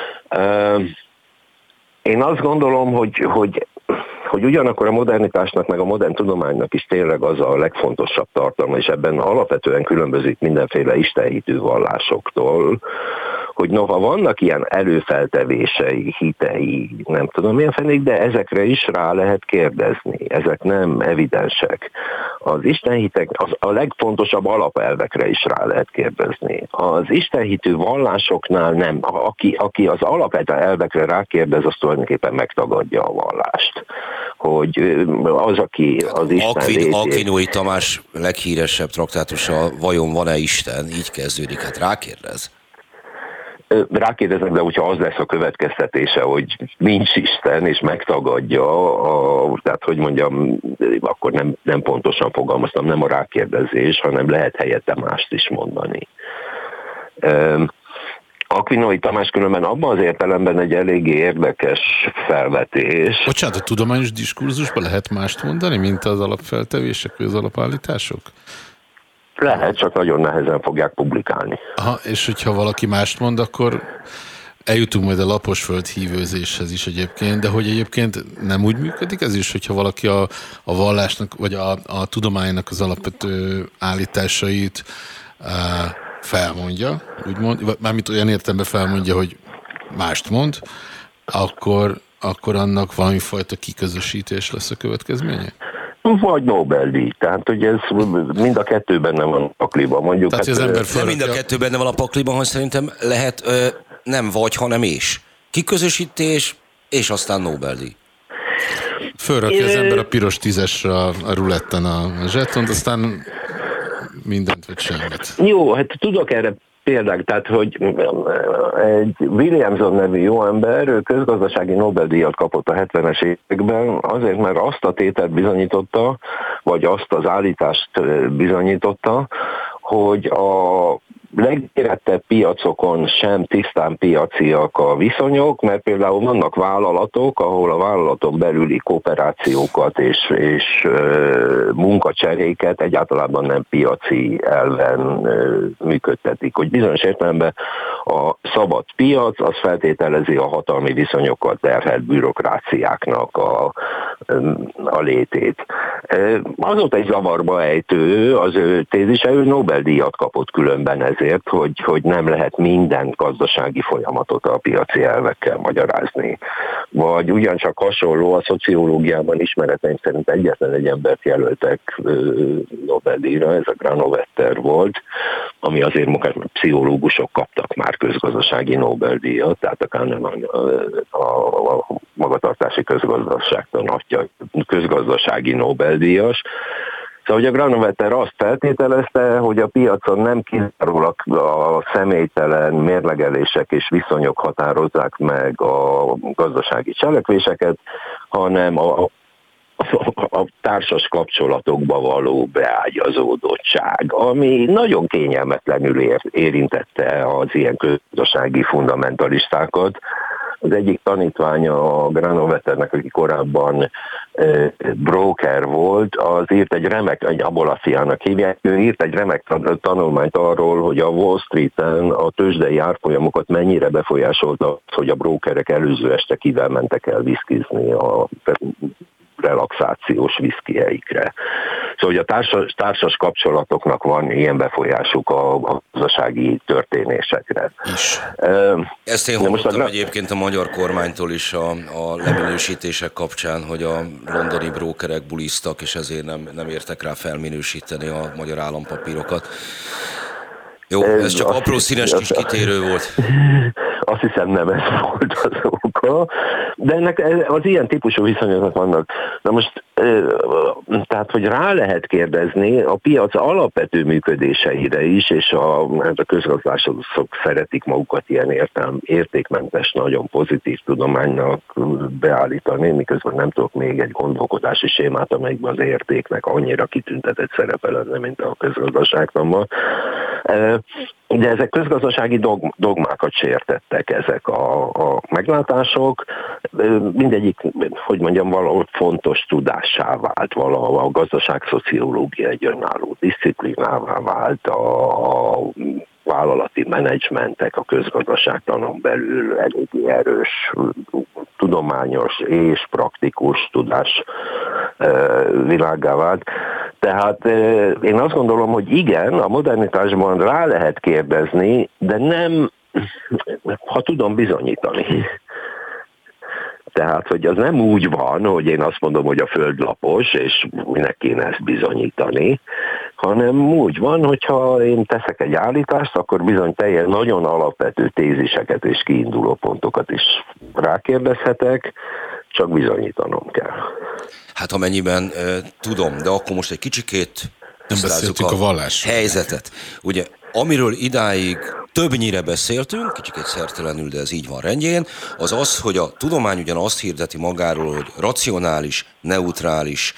Én azt gondolom, hogy ugyanakkor a modernitásnak, meg a modern tudománynak is tényleg az a legfontosabb tartalma, és ebben alapvetően különbözik mindenféle istenhitű vallásoktól, hogy noha vannak ilyen előfeltevései, hitei, nem tudom milyen fenék, de ezekre is rá lehet kérdezni. Ezek nem evidensek. Az istenhitek, a legfontosabb alapelvekre is rá lehet kérdezni. Az istenhitű vallásoknál nem. Aki az alapelvekre rákérdez, az tulajdonképpen megtagadja a vallást. Hogy az, aki az Isten Aquinói Tamás leghíresebb traktátusa, vajon van-e Isten? Így kezdődik, hát rákérdez. Rákérdeznek, de hogyha az lesz a következtetése, hogy nincs Isten, és megtagadja, tehát hogy mondjam, akkor nem pontosan fogalmaztam, nem a rákérdezés, hanem lehet helyette mást is mondani. Aquinói Tamás különben abban az értelemben egy eléggé érdekes felvetés. Bocsánat, a tudományos diskurzusban lehet mást mondani, mint az alapfeltevések, vagy az alapállítások? Lehet, csak nagyon nehezen fogják publikálni. Aha, és hogyha valaki mást mond, akkor eljutunk majd a laposföld hívőzéshez is egyébként, de hogy egyébként nem úgy működik ez is, hogyha valaki a vallásnak, vagy a tudománynak az alapvető állításait felmondja, úgymond, mármint olyan értelemben felmondja, hogy mást mond, akkor annak valami fajta kiközösítés lesz a következménye? Vagy Nobel-díj. Tehát, hogy ez mind a kettő benne van a pakliban. Mondjuk, tehát, az ember nem mind a kettő benne van a pakliban, hanem szerintem lehet nem vagy, hanem és. Kiközösítés, és aztán Nobel-díj. Fölrakja az ember a piros 10-esre a ruletten a zsetont, aztán mindent vagy semmit. Jó, hát tudok erre példák, tehát, hogy egy Williamson nevű jó ember, ő közgazdasági Nobel-díjat kapott a 70-es években, azért, mert azt a tételt bizonyította, vagy azt az állítást bizonyította, hogy a legérettebb piacokon sem tisztán piaciak a viszonyok, mert például vannak vállalatok, ahol a vállalaton belüli kooperációkat és munkacseréket egyáltalán nem piaci elven működtetik. Hogy bizonyos értelemben a szabad piac az feltételezi a hatalmi viszonyokat terhelt bürokráciáknak a létét. Azóta egy zavarba ejtő az ő tézise, ő Nobel-díjat kapott különben ezért, hogy nem lehet minden gazdasági folyamatot a piaci elvekkel magyarázni. Vagy ugyancsak hasonló a szociológiában ismereteim szerint egyetlen egy embert jelöltek Nobel-díjra, ez a Granovetter volt, ami azért pszichológusok kaptak már közgazdasági Nobel-díjat, tehát a Kahneman a magatartási közgazdaságtan atya közgazdasági Nobel-díjas. Szóval, hogy a Granovetter azt feltételezte, hogy a piacon nem kizárólag a személytelen mérlegelések és viszonyok határozzák meg a gazdasági cselekvéseket, hanem a társas kapcsolatokba való beágyazódottság, ami nagyon kényelmetlenül érintette az ilyen közgazdasági fundamentalistákat. Az egyik tanítványa a Granovetternek, aki korábban broker volt, az írt egy remek, egy Abolasiának hívják, ő írt egy remek tanulmányt arról, hogy a Wall Streeten a tőzsdei árfolyamokat mennyire befolyásolta, hogy a brokerek előző este kivel mentek el viszkizni a relaxációs viszkiheikre. Szóval hogy a társas kapcsolatoknak van ilyen befolyásuk a gazdasági történésekre. Ezt én hallottam egyébként a magyar kormánytól is a leminősítések kapcsán, hogy a londoni brókerek buliztak, és ezért nem értek rá felminősíteni a magyar állampapírokat. Jó, ez csak apró színes kis kitérő volt. Azt hiszem nem ez volt az oka, de ennek az ilyen típusú viszonyok vannak. Na most, tehát, hogy rá lehet kérdezni a piac alapvető működéseire is, és a közgazdászok szeretik magukat ilyen értékmentes, nagyon pozitív tudománynak beállítani, miközben nem tudok még egy gondolkodási sémát, amelyikben az értéknek annyira kitüntetett szerepe lenne, mint a közgazdaságtanban. De ezek közgazdasági dogmákat sértettek, ezek a meglátások. Mindegyik, hogy mondjam, valahol fontos tudássá vált, valahol a gazdaságszociológia egy önálló disziplinává vált, a vállalati menedzsmentek a közgazdaságtanon belül eléggé erős, tudományos és praktikus tudás világgá vált. Tehát én azt gondolom, hogy igen, a modernitásban rá lehet kérdezni, de nem, ha tudom bizonyítani. Tehát, hogy az nem úgy van, hogy én azt mondom, hogy a Föld lapos, és minek kéne ezt bizonyítani, hanem úgy van, hogyha én teszek egy állítást, akkor bizony teljesen nagyon alapvető téziseket és kiinduló pontokat is rákérdezhetek, csak bizonyítanom kell. Hát amennyiben tudom, de akkor most egy kicsikét tisztázzuk a helyzetet. Ugye, amiről idáig többnyire beszéltünk, kicsikét szertelenül, de ez így van rendjén, az az, hogy a tudomány ugyan azt hirdeti magáról, hogy racionális, neutrális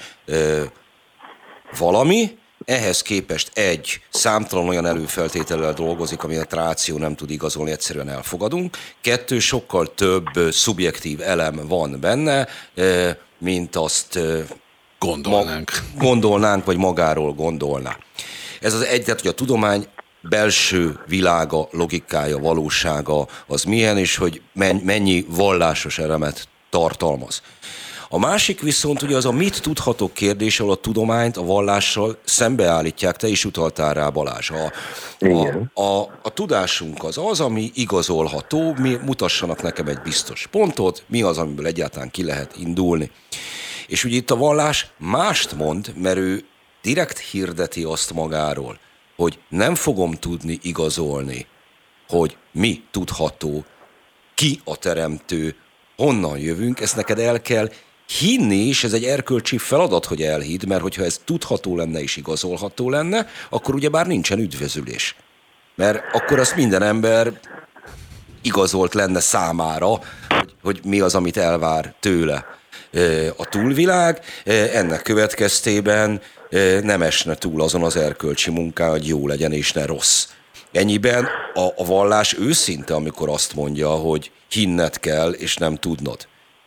valami, ehhez képest egy, számtalan olyan előfeltétellel dolgozik, amit a ráció nem tud igazolni, egyszerűen elfogadunk. Kettő, sokkal több szubjektív elem van benne, mint azt gondolnánk, vagy magáról gondolná. Ez az egy, tehát, hogy a tudomány belső világa, logikája, valósága az milyen, és hogy mennyi vallásos elemet tartalmaz. A másik viszont ugye az a mit tudhatok kérdés, ahol a tudományt a vallással szembeállítják, te is utaltál rá, Balázs. A tudásunk az, ami igazolható, mutassanak nekem egy biztos pontot, mi az, amiből egyáltalán ki lehet indulni. És ugye itt a vallás mást mond, mert ő direkt hirdeti azt magáról, hogy nem fogom tudni igazolni, hogy mi tudható, ki a teremtő, honnan jövünk, ezt neked el kell hinni, és ez egy erkölcsi feladat, hogy elhidd, mert hogyha ez tudható lenne és igazolható lenne, akkor ugyebár nincsen üdvözülés. Mert akkor azt minden ember igazolt lenne számára, hogy mi az, amit elvár tőle a túlvilág, ennek következtében nem esne túl azon az erkölcsi munkán, hogy jó legyen és ne rossz. Ennyiben a vallás őszinte, amikor azt mondja, hogy hinned kell és nem tudnod.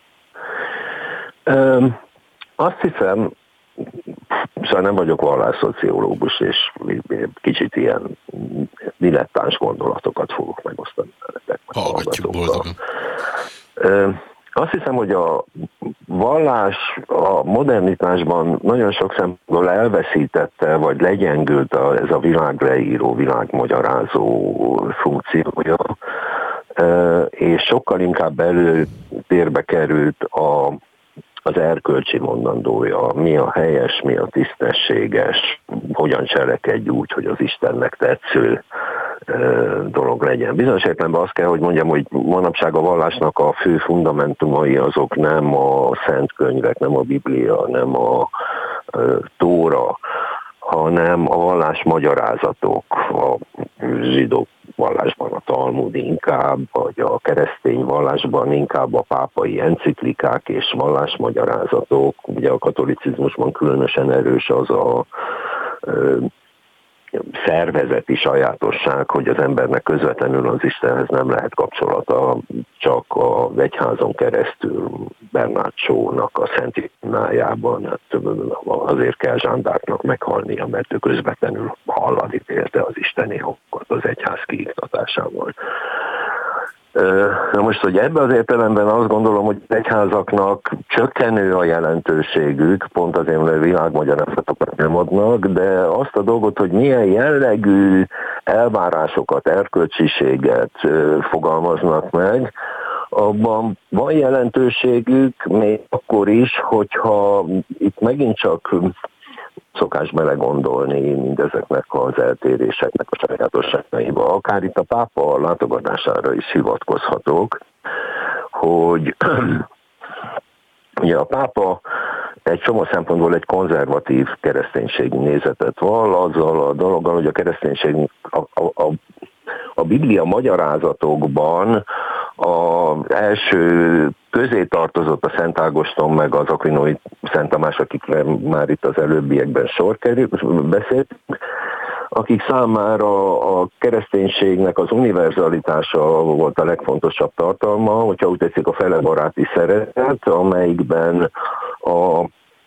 Azt hiszem, szóval nem vagyok vallásszociológus, és kicsit ilyen dilettáns gondolatokat fogok megosztani veletek. Hallgatjuk boldogan. Azt hiszem, hogy a vallás a modernitásban nagyon sok szempontból elveszítette, vagy legyengült ez a világleíró, világmagyarázó funkciója, és sokkal inkább előtérbe került az erkölcsi mondandója, mi a helyes, mi a tisztességes, hogyan cselekedj úgy, hogy az Istennek tetsző dolog legyen. Bizonyos értelemben azt kell, hogy mondjam, hogy manapság a vallásnak a fő fundamentumai azok nem a szent könyvek, nem a Biblia, nem a Tóra, hanem a vallás magyarázatok, a zsidók vallásban a Talmud inkább, vagy a keresztény vallásban inkább a pápai enciklikák és vallásmagyarázatok. Ugye a katolicizmusban különösen erős az a szervezeti sajátosság, hogy az embernek közvetlenül az Istenhez nem lehet kapcsolata, csak az egyházon keresztül Bernard Shaw-nak a Szent Imájában, hát azért kell zsándárknak meghalnia, mert ő közvetlenül hallani vélte az isteni hangot az egyház kiiktatásával. Na most, hogy ebben az értelemben azt gondolom, hogy az egyházaknak csökkenő a jelentőségük, pont azért, mert világmagyarázatokat nem adnak, de azt a dolgot, hogy milyen jellegű elvárásokat, erkölcsiséget fogalmaznak meg, abban van jelentőségük még akkor is, hogyha itt megint csak szokás belegondolni mindezeknek az eltéréseknek a sajátosságaiba. Akár itt a pápa látogatására is hivatkozhatok, hogy ugye a pápa egy csomó szempontból egy konzervatív kereszténységi nézetet vall, azzal a dologgal, hogy a kereszténység a Biblia magyarázatokban az első közé tartozott a Szent Ágoston meg az Akvinói Szent Tamás, akikre már itt az előbbiekben beszéltünk, akik számára a kereszténységnek az univerzalitása volt a legfontosabb tartalma, hogyha úgy tetszik a felebaráti szeretet, amelyikben a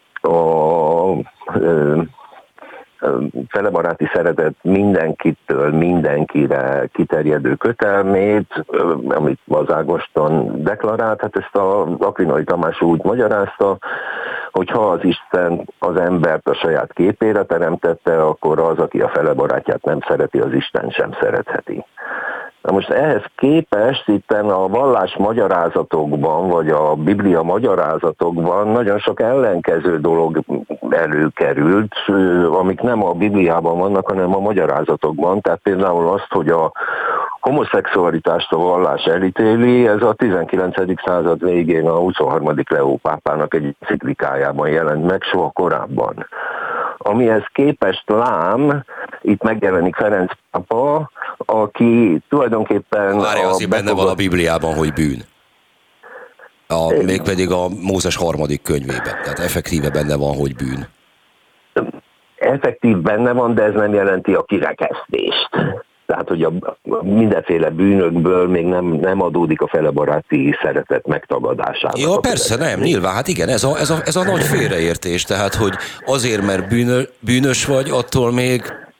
felebaráti szeretet mindenkitől mindenkire kiterjedő kötelmét, amit az Ágoston deklarált, hát ezt az Akvinói Tamás úgy magyarázta, hogy ha az Isten az embert a saját képére teremtette, akkor az, aki a felebarátját nem szereti, az Isten sem szeretheti. Na most ehhez képest itten a vallás magyarázatokban, vagy a Biblia magyarázatokban nagyon sok ellenkező dolog előkerült, amik nem a Bibliában vannak, hanem a magyarázatokban. Tehát például azt, hogy a homoszexualitást a vallás elítéli, ez a 19. század végén a 23. Leó pápának egy enciklikájában jelent meg, soha korábban. Amihez képest lám, itt megjelenik Ferenc pápa, aki tulajdonképpen... Várja, azért benne van a Bibliában, hogy bűn. Mégpedig a Mózes 3. könyvében. Tehát effektíve benne van, hogy bűn. Effektív benne van, de ez nem jelenti a kirekesztést. Tehát, hogy a mindenféle bűnökből még nem adódik a felebaráti szeretet megtagadásának. Jó, persze, nem, nyilván, hát igen, ez a nagy félreértés, tehát, hogy azért, mert bűnös vagy, attól még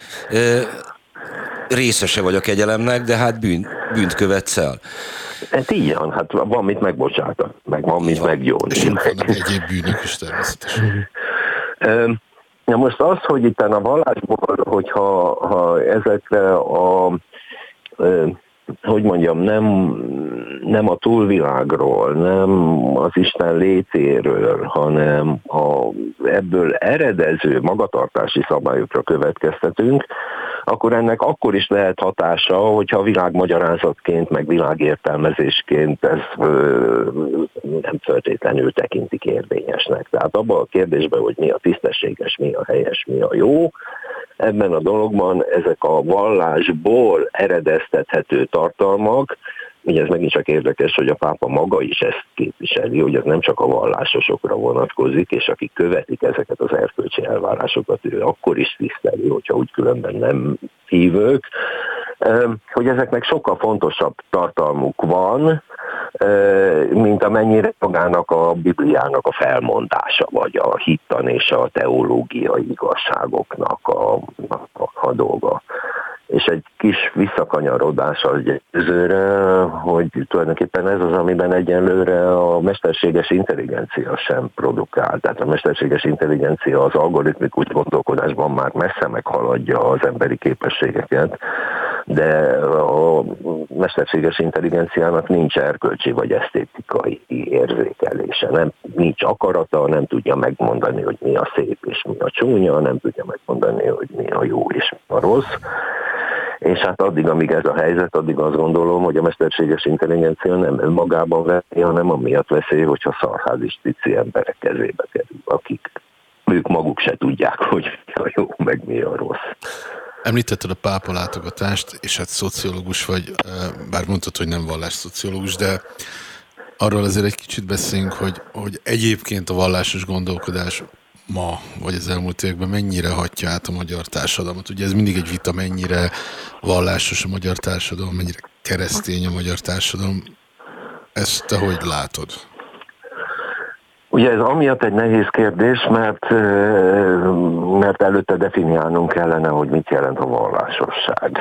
részese vagy a kegyelemnek, de hát bűnt követsz el. Hát így van, hát van mit megbocsáta, meg van mit meggyóni. És vannak egyéb bűnök is természetesen. Na most az, hogy itt a vallásból, hogyha ezekre hogy mondjam, nem a túlvilágról, nem az Isten létéről, hanem ebből eredező magatartási szabályokra következtetünk, akkor ennek akkor is lehet hatása, hogyha világmagyarázatként, meg világértelmezésként ez nem feltétlenül tekintik érvényesnek. Tehát abban a kérdésben, hogy mi a tisztességes, mi a helyes, mi a jó, ebben a dologban ezek a vallásból eredeztethető tartalmak, ugye ez megint csak érdekes, hogy a pápa maga is ezt képviseli, hogy ez nem csak a vallásosokra vonatkozik, és akik követik ezeket az erkölcsi elvárásokat, ő akkor is tiszteli, hogyha úgy különben nem hívők, hogy ezeknek sokkal fontosabb tartalmuk van, mint amennyire magának a Bibliának a felmondása, vagy a hittan és a teológiai igazságoknak a dolga. És egy kis visszakanyarodás az előzőre, hogy tulajdonképpen ez az, amiben egyenlőre a mesterséges intelligencia sem produkál. Tehát a mesterséges intelligencia az algoritmikus gondolkodásban már messze meghaladja az emberi képességeket, de a mesterséges intelligenciának nincs erkölcsi vagy esztétikai érzékelése. Nincs akarata, nem tudja megmondani, hogy mi a szép és mi a csúnya, nem tudja megmondani, hogy mi a jó és mi a rossz. És hát addig, amíg ez a helyzet, addig azt gondolom, hogy a mesterséges intelligencia nem önmagában veszi, hanem amiatt veszi, hogyha szarházistici emberek kezébe kerül, akik ők maguk se tudják, hogy mi a jó, meg mi a rossz. Említetted a pápa látogatást, és hát szociológus vagy, bár mondtad, hogy nem vallásszociológus, de arról azért egy kicsit beszéljünk, hogy egyébként a vallásos gondolkodás ma, vagy az elmúlt években mennyire hatja át a magyar társadalmat. Ugye ez mindig egy vita, mennyire vallásos a magyar társadalom, mennyire keresztény a magyar társadalom. Ezt te hogy látod? Ugye ez amiatt egy nehéz kérdés, mert előtte definiálnunk kellene, hogy mit jelent a vallásosság.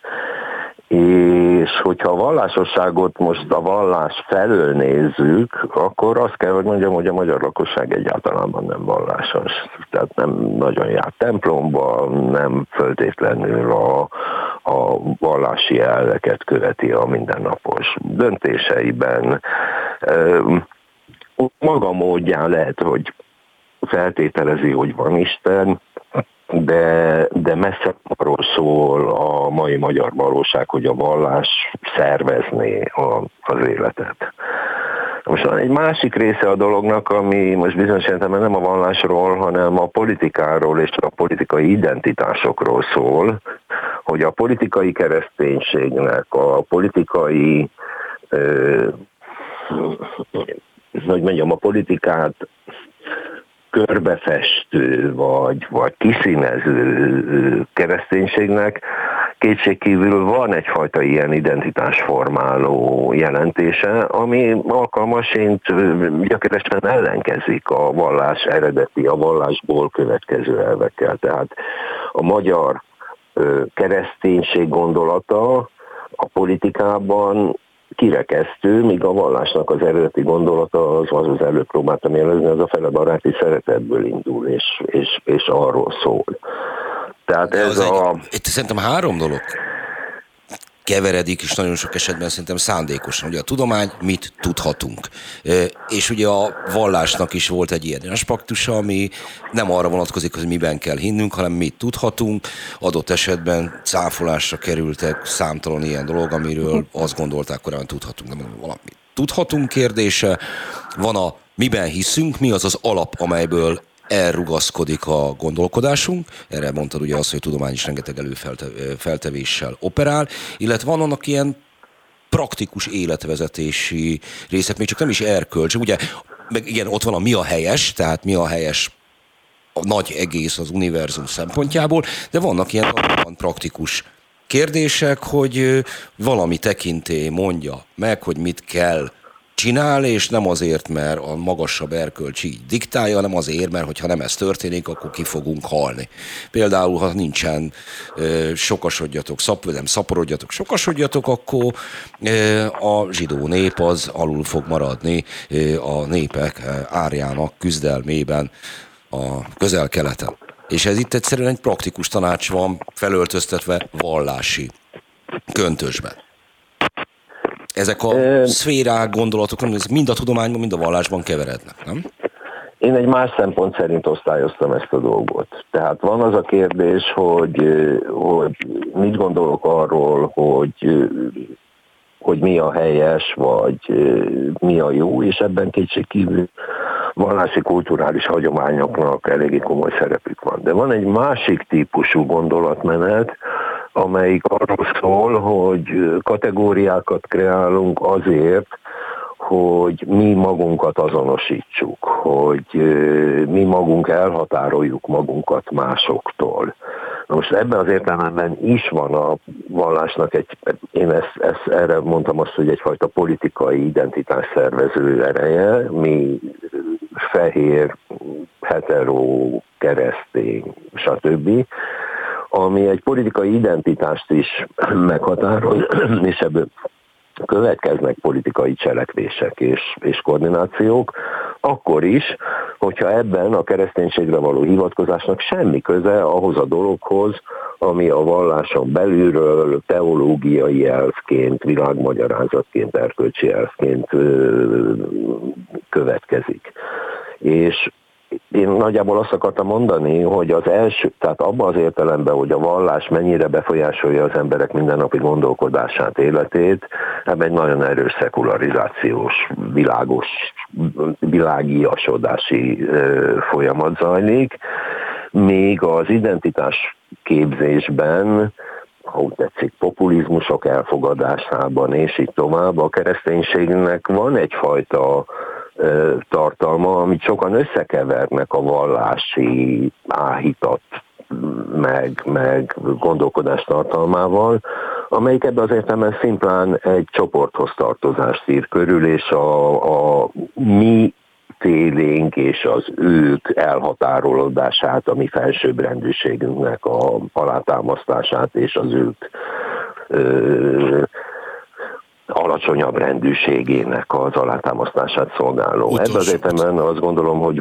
És hogyha a vallásosságot most a vallás felől nézzük, akkor azt kell, hogy mondjam, hogy a magyar lakosság egyáltalán nem vallásos. Tehát nem nagyon jár templomba, nem föltétlenül a vallási elveket követi a mindennapos döntéseiben. Maga módján lehet, hogy feltételezi, hogy van Isten, de messze arról szól a mai magyar valóság, hogy a vallás szervezné az életet. Most van egy másik része a dolognak, ami most bizonyos értelemben nem a vallásról, hanem a politikáról és a politikai identitásokról szól, hogy a politikai kereszténységnek, a politikai a politikát körbefestő vagy kiszínező kereszténységnek kétségkívül van egyfajta ilyen identitásformáló jelentése, ami alkalmasint gyökeresen ellenkezik a vallás eredeti, a vallásból következő elvekkel. Tehát a magyar kereszténység gondolata a politikában kirekesztő, míg a vallásnak az eredeti gondolata, az előbb próbáltam jelezni, az a felebaráti szeretetből indul, és arról szól. Tehát itt szerintem három dolog keveredik, és nagyon sok esetben szerintem szándékosan. Ugye a tudomány, mit tudhatunk. És ugye a vallásnak is volt egy ilyen aspektusa, ami nem arra vonatkozik, hogy miben kell hinnünk, hanem mit tudhatunk. Adott esetben cáfolásra kerültek számtalan ilyen dolog, amiről azt gondolták korábban tudhatunk. De valamit tudhatunk kérdése. Van a miben hiszünk, mi az az alap, amelyből elrugaszkodik a gondolkodásunk, erre mondtad ugye azt, hogy a tudomány is rengeteg előfeltevéssel operál, illetve van annak ilyen praktikus életvezetési részek, még csak nem is erkölcs, ugye, meg igen, ott van a mi a helyes, tehát mi a helyes a nagy egész az univerzum szempontjából, de vannak ilyen praktikus kérdések, hogy valami tekintély mondja meg, hogy mit kell csinál, és nem azért, mert a magasabb erkölcs így diktálja, hanem azért, mert hogyha nem ez történik, akkor ki fogunk halni. Például, ha nincsen sokasodjatok, nem szaporodjatok, sokasodjatok, akkor a zsidó nép az alul fog maradni a népek árjának küzdelmében a Közel-Keleten. És ez itt egyszerűen egy praktikus tanács van, felöltöztetve vallási köntösben. Ezek a szférák, gondolatok, mind a tudományban, mind a vallásban keverednek, nem? Én egy más szempont szerint osztályoztam ezt a dolgot. Tehát van az a kérdés, hogy mit gondolok arról, hogy mi a helyes, vagy mi a jó, és ebben kétségkívül vallási kulturális hagyományoknak eléggé komoly szerepük van. De van egy másik típusú gondolatmenet, amelyik arról szól, hogy kategóriákat kreálunk azért, hogy mi magunkat azonosítsuk, hogy mi magunk elhatároljuk magunkat másoktól. Na most ebben az értelemben is van a vallásnak én erre mondtam azt, hogy egyfajta politikai identitás szervező ereje, mi fehér, hetero, keresztény, stb., ami egy politikai identitást is meghatároz, és ebből következnek politikai cselekvések és koordinációk, akkor is, hogyha ebben a kereszténységre való hivatkozásnak semmi köze ahhoz a dologhoz, ami a valláson belülről teológiai elvként, világmagyarázatként, erkölcsi elvként következik. És én nagyjából azt akartam mondani, hogy az első, tehát abban az értelemben, hogy a vallás mennyire befolyásolja az emberek mindennapi gondolkodását, életét, ebben egy nagyon erős szekularizációs, világiasodási folyamat zajlik, még az identitás képzésben, ha úgy tetszik, populizmusok elfogadásában, és így tovább, a kereszténységnek van egyfajta tartalma, amit sokan összekevernek a vallási áhítat, meg gondolkodás tartalmával, amelyik ebben az értelemben szimplán egy csoporthoz tartozást ír körül, és a mi célénk és az ők elhatárolódását, a mi felsőbbrendűségünknek a alátámasztását, és az ők alacsonyabb rendűségének az alátámasztását szolgáló. Ebben az értelemben azt gondolom, hogy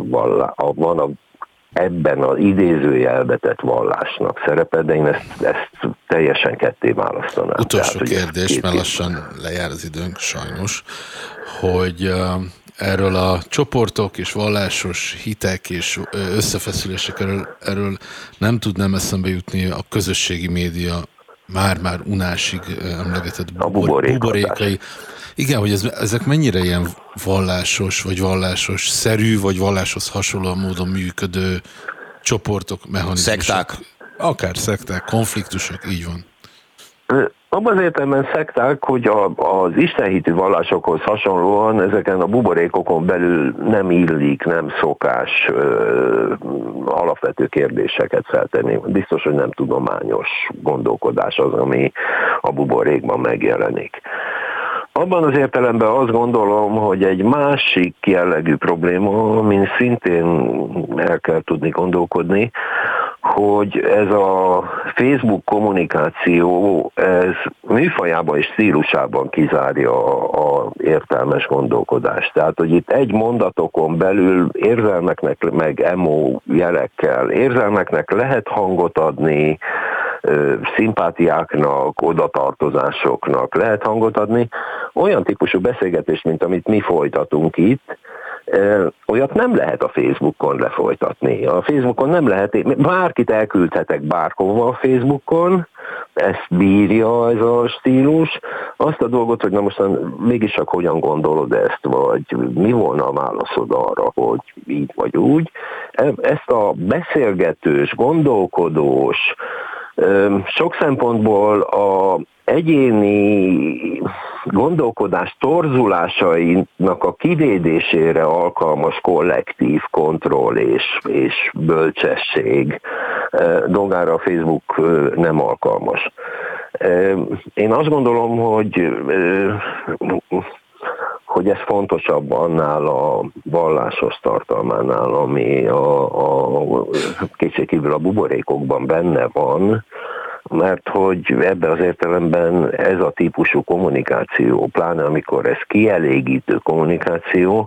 van ebben az idézőjelbe tett vallásnak szerepe, de én ezt teljesen ketté választanám. Utolsó kérdés, mert lassan lejár az időnk, sajnos, hogy erről a csoportok és vallásos hitek és összefeszülések, erről nem tudnám eszembe jutni a közösségi média már unásig emlegetett buborékai. Igen, hogy ezek mennyire ilyen vallásos, vagy vallásos-szerű, vagy valláshoz hasonló módon működő csoportok, mechanizmusok. Szekták. Akár szekták, konfliktusok, így van. Abban az értelemben szekták, hogy az istenhitű vallásokhoz hasonlóan ezeken a buborékokon belül nem illik, nem szokás alapvető kérdéseket feltenni. Biztos, hogy nem tudományos gondolkodás az, ami a buborékban megjelenik. Abban az értelemben azt gondolom, hogy egy másik jellegű probléma, amin szintén el kell tudni gondolkodni, hogy ez a Facebook kommunikáció, ez műfajában és stílusában kizárja a értelmes gondolkodást. Tehát, hogy itt egy mondatokon belül érzelmeknek, meg emo jelekkel, érzelmeknek lehet hangot adni, szimpátiáknak, odatartozásoknak lehet hangot adni. Olyan típusú beszélgetés, mint amit mi folytatunk itt, olyat nem lehet a Facebookon lefolytatni. A Facebookon nem lehet, bárkit elküldhetek bárhova a Facebookon, ezt bírja ez a stílus. Azt a dolgot, hogy na mostan mégis csak hogyan gondolod ezt, vagy mi volna a válaszod arra, hogy így vagy úgy. Ezt a beszélgetős, gondolkodós, sok szempontból a egyéni gondolkodás torzulásainak a kivédésére alkalmas kollektív kontroll és bölcsesség dolgára a Facebook nem alkalmas. Én azt gondolom, hogy ez fontosabb annál a vallásos tartalmánál, ami kétségkívül a buborékokban benne van, mert hogy ebben az értelemben ez a típusú kommunikáció, pláne amikor ez kielégítő kommunikáció,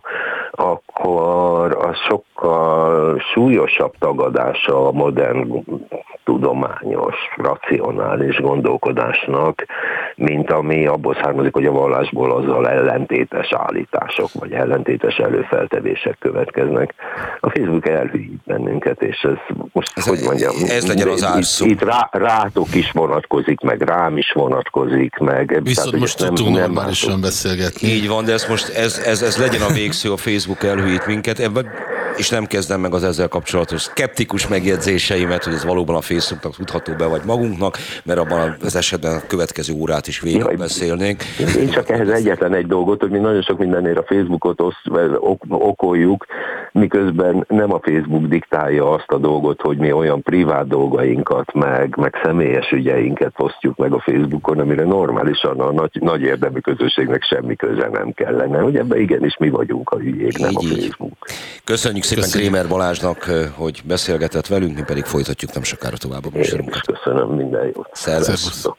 akkor az sokkal súlyosabb tagadása a modern tudományos, racionális gondolkodásnak, mint ami abból származik, hogy a vallásból azzal ellentétes állítások, vagy ellentétes előfeltevések következnek. A Facebook elhűít bennünket, és ez most, hogy mondjam, ez legyen az árszó. Itt rátok is vonatkozik, meg rám is vonatkozik, meg... Viszont tehát, most tudtunk normálisan beszélgetni. Így van, de ez legyen a végszó, a Facebook elhűít minket, ebben, és nem kezdem meg az ezzel kapcsolatos szkeptikus megjegyzéseimet, hogy ez valóban a Facebooknak tudható be, vagy magunknak, mert abban az esetben a következő órát is végig beszélnénk. Én csak ehhez egyetlen egy dolgot, hogy mi nagyon sok mindenért a Facebookot okoljuk, miközben nem a Facebook diktálja azt a dolgot, hogy mi olyan privát dolgainkat, meg személyes ügyeinket posztjuk meg a Facebookon, amire normálisan a nagy érdemű közösségnek semmi köze nem kellene. Hogy ebben igenis mi vagyunk a hülyék, nem a Facebook. Köszönjük szépen Krémer Balázsnak, hogy beszélgetett velünk, mi pedig folytatjuk nem sokára tovább a műsorunkat. Köszönöm, minden jót. Szervusztok.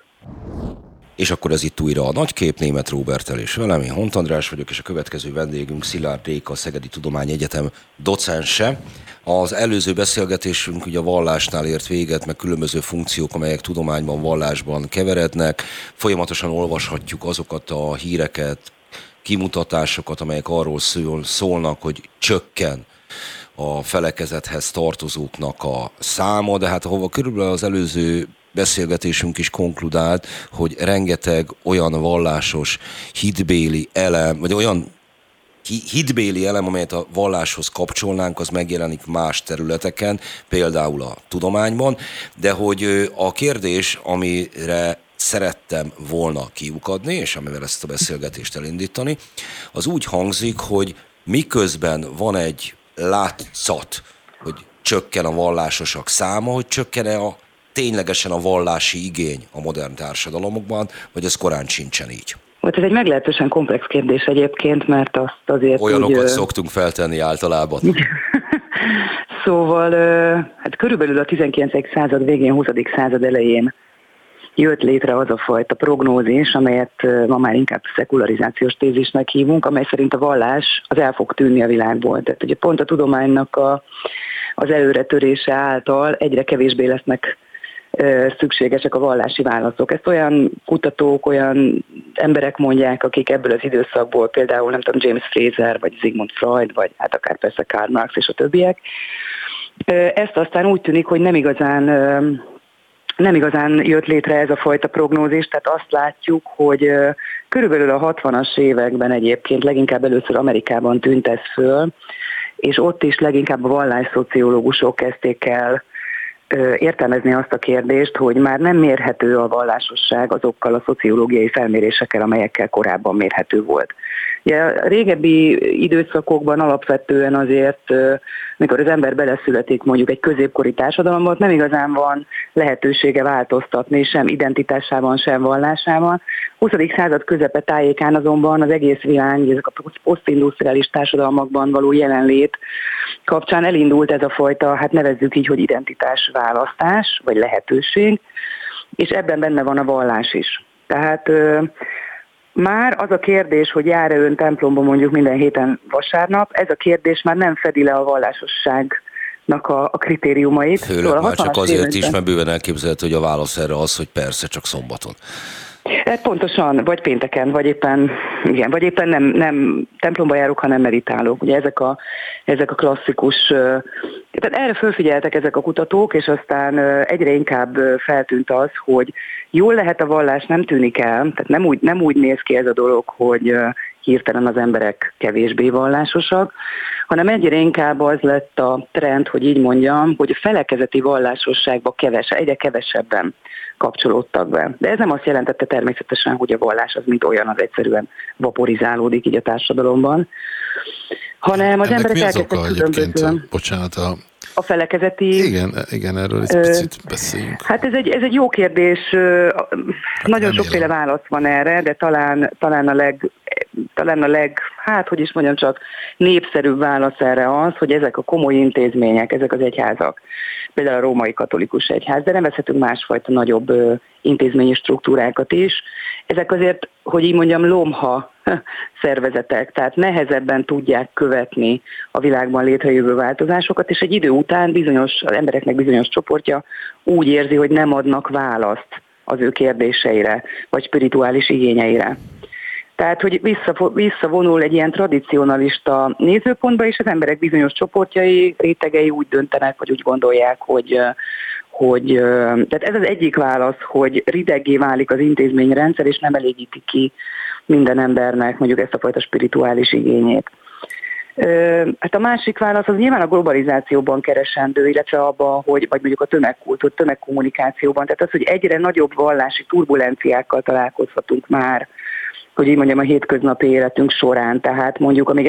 És akkor ez itt újra a Nagykép, Németh Róberttel és velem, én Hont András vagyok, és a következő vendégünk Szilárd Réka, a Szegedi Tudományegyetem docense. Az előző beszélgetésünk ugye a vallásnál ért véget, meg különböző funkciók, amelyek tudományban, vallásban keverednek. Folyamatosan olvashatjuk azokat a híreket, kimutatásokat, amelyek arról szólnak, hogy csökken a felekezethez tartozóknak a száma, de hát ahova körülbelül az előző beszélgetésünk is konkludált, hogy rengeteg olyan vallásos hitbéli elem, vagy olyan hitbéli elem, amelyet a valláshoz kapcsolnánk, az megjelenik más területeken, például a tudományban, de hogy a kérdés, amire szerettem volna kiukadni, és amivel ezt a beszélgetést elindítani, az úgy hangzik, hogy miközben van egy látszat, hogy csökken a vallásosak száma, hogy csökken-e ténylegesen a vallási igény a modern társadalomokban, vagy ez korán sincsen így? Ez egy meglehetősen komplex kérdés egyébként, mert azt azért olyanokat szoktunk feltenni általában. Szóval hát körülbelül a 19. század végén, 20. század elején jött létre az a fajta prognózis, amelyet ma már inkább szekularizációs tézisnek hívunk, amely szerint a vallás az el fog tűnni a világból. Tehát ugye pont a tudománynak az előretörése által egyre kevésbé lesznek szükségesek a vallási válaszok. Ezt olyan kutatók, olyan emberek mondják, akik ebből az időszakból, például nem tudom, James Fraser, vagy Sigmund Freud, vagy hát akár persze Karl Marx és a többiek. Ezt aztán úgy tűnik, hogy nem igazán jött létre ez a fajta prognózis, tehát azt látjuk, hogy körülbelül a 60-as években egyébként leginkább először Amerikában tűnt ez föl, és ott is leginkább a vallásszociológusok kezdték el értelmezni azt a kérdést, hogy már nem mérhető a vallásosság azokkal a szociológiai felmérésekkel, amelyekkel korábban mérhető volt. Ugye a régebbi időszakokban alapvetően azért, mikor az ember beleszületik mondjuk egy középkori társadalomban, nem igazán van lehetősége változtatni sem identitásában, sem vallásában. 20. század közepe tájékán azonban az egész világ, ezek a posztindusztriális társadalmakban való jelenlét kapcsán elindult ez a fajta, hát nevezzük így, hogy identitásválasztás, vagy lehetőség, és ebben benne van a vallás is. Tehát már az a kérdés, hogy jár-e ön templomba mondjuk minden héten vasárnap, ez a kérdés már nem fedi le a vallásosságnak a kritériumait. Főleg szóval már csak azért is, mert bőven elképzelhető, hogy a válasz erre az, hogy persze, csak szombaton. Pontosan, vagy pénteken, vagy éppen nem templomba járok, hanem meditálok. Ugye ezek a klasszikus, tehát erre fölfigyeltek ezek a kutatók, és aztán egyre inkább feltűnt az, hogy jól lehet a vallás, nem tűnik el, tehát nem úgy néz ki ez a dolog, hogy hirtelen az emberek kevésbé vallásosak, hanem egyre inkább az lett a trend, hogy így mondjam, hogy a felekezeti vallásosságba egyre kevesebben kapcsolódtak be. De ez nem azt jelentette természetesen, hogy a vallás az mint olyan, az egyszerűen vaporizálódik így a társadalomban, hanem az emberek elkezdtek különbözően. Bocsánat, a felekezeti... Igen, erről egy picit beszéljünk. Hát ez egy jó kérdés, nagyon sokféle válasz van erre, de talán a leg, hát hogy is mondjam, csak népszerűbb válasz erre az, hogy ezek a komoly intézmények, ezek az egyházak, például a római katolikus egyház, de nevezhetünk másfajta nagyobb intézményi struktúrákat is. Ezek azért, hogy így mondjam, lomha szervezetek, tehát nehezebben tudják követni a világban létrejövő változásokat, és egy idő után az embereknek bizonyos csoportja úgy érzi, hogy nem adnak választ az ő kérdéseire, vagy spirituális igényeire. Tehát, hogy visszavonul egy ilyen tradicionalista nézőpontba, és az emberek bizonyos csoportjai, rétegei úgy döntenek, vagy úgy gondolják, hogy tehát ez az egyik válasz, hogy rideggé válik az intézményrendszer, és nem elégíti ki minden embernek mondjuk ezt a fajta spirituális igényét. Hát a másik válasz az nyilván a globalizációban keresendő, illetve abban, vagy mondjuk a tömegkommunikációban. Tehát az, hogy egyre nagyobb vallási turbulenciákkal találkozhatunk már, hogy így mondjam, a hétköznapi életünk során. Tehát mondjuk amíg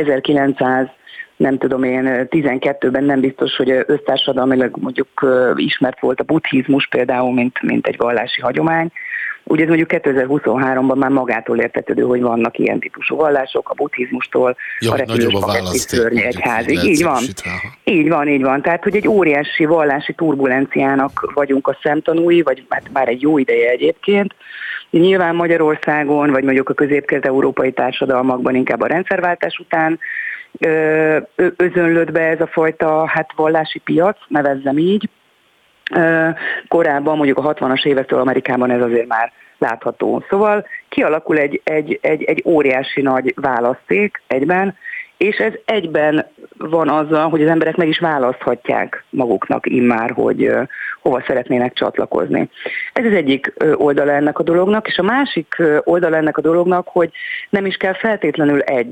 1912-ben nem biztos, hogy össztársadalmilag mondjuk ismert volt a buddhizmus például, mint egy vallási hagyomány. Ugye ez mondjuk 2023-ban már magától értetődő, hogy vannak ilyen típusú vallások, a buddhizmustól a repülős pagetti szörnyű egyházig. Így van. Tehát, hogy egy óriási vallási turbulenciának vagyunk a szemtanúi, vagy már egy jó ideje egyébként. Nyilván Magyarországon, vagy mondjuk a közép-kelet-európai társadalmakban inkább a rendszerváltás után özönlött be ez a fajta vallási piac, nevezzem így. Korábban, mondjuk a 60-as évektől Amerikában ez azért már látható. Szóval kialakul egy óriási nagy választék egyben, és ez egyben van azzal, hogy az emberek meg is választhatják maguknak immár, hogy hova szeretnének csatlakozni. Ez az egyik oldala ennek a dolognak, és a másik oldala ennek a dolognak, hogy nem is kell feltétlenül egy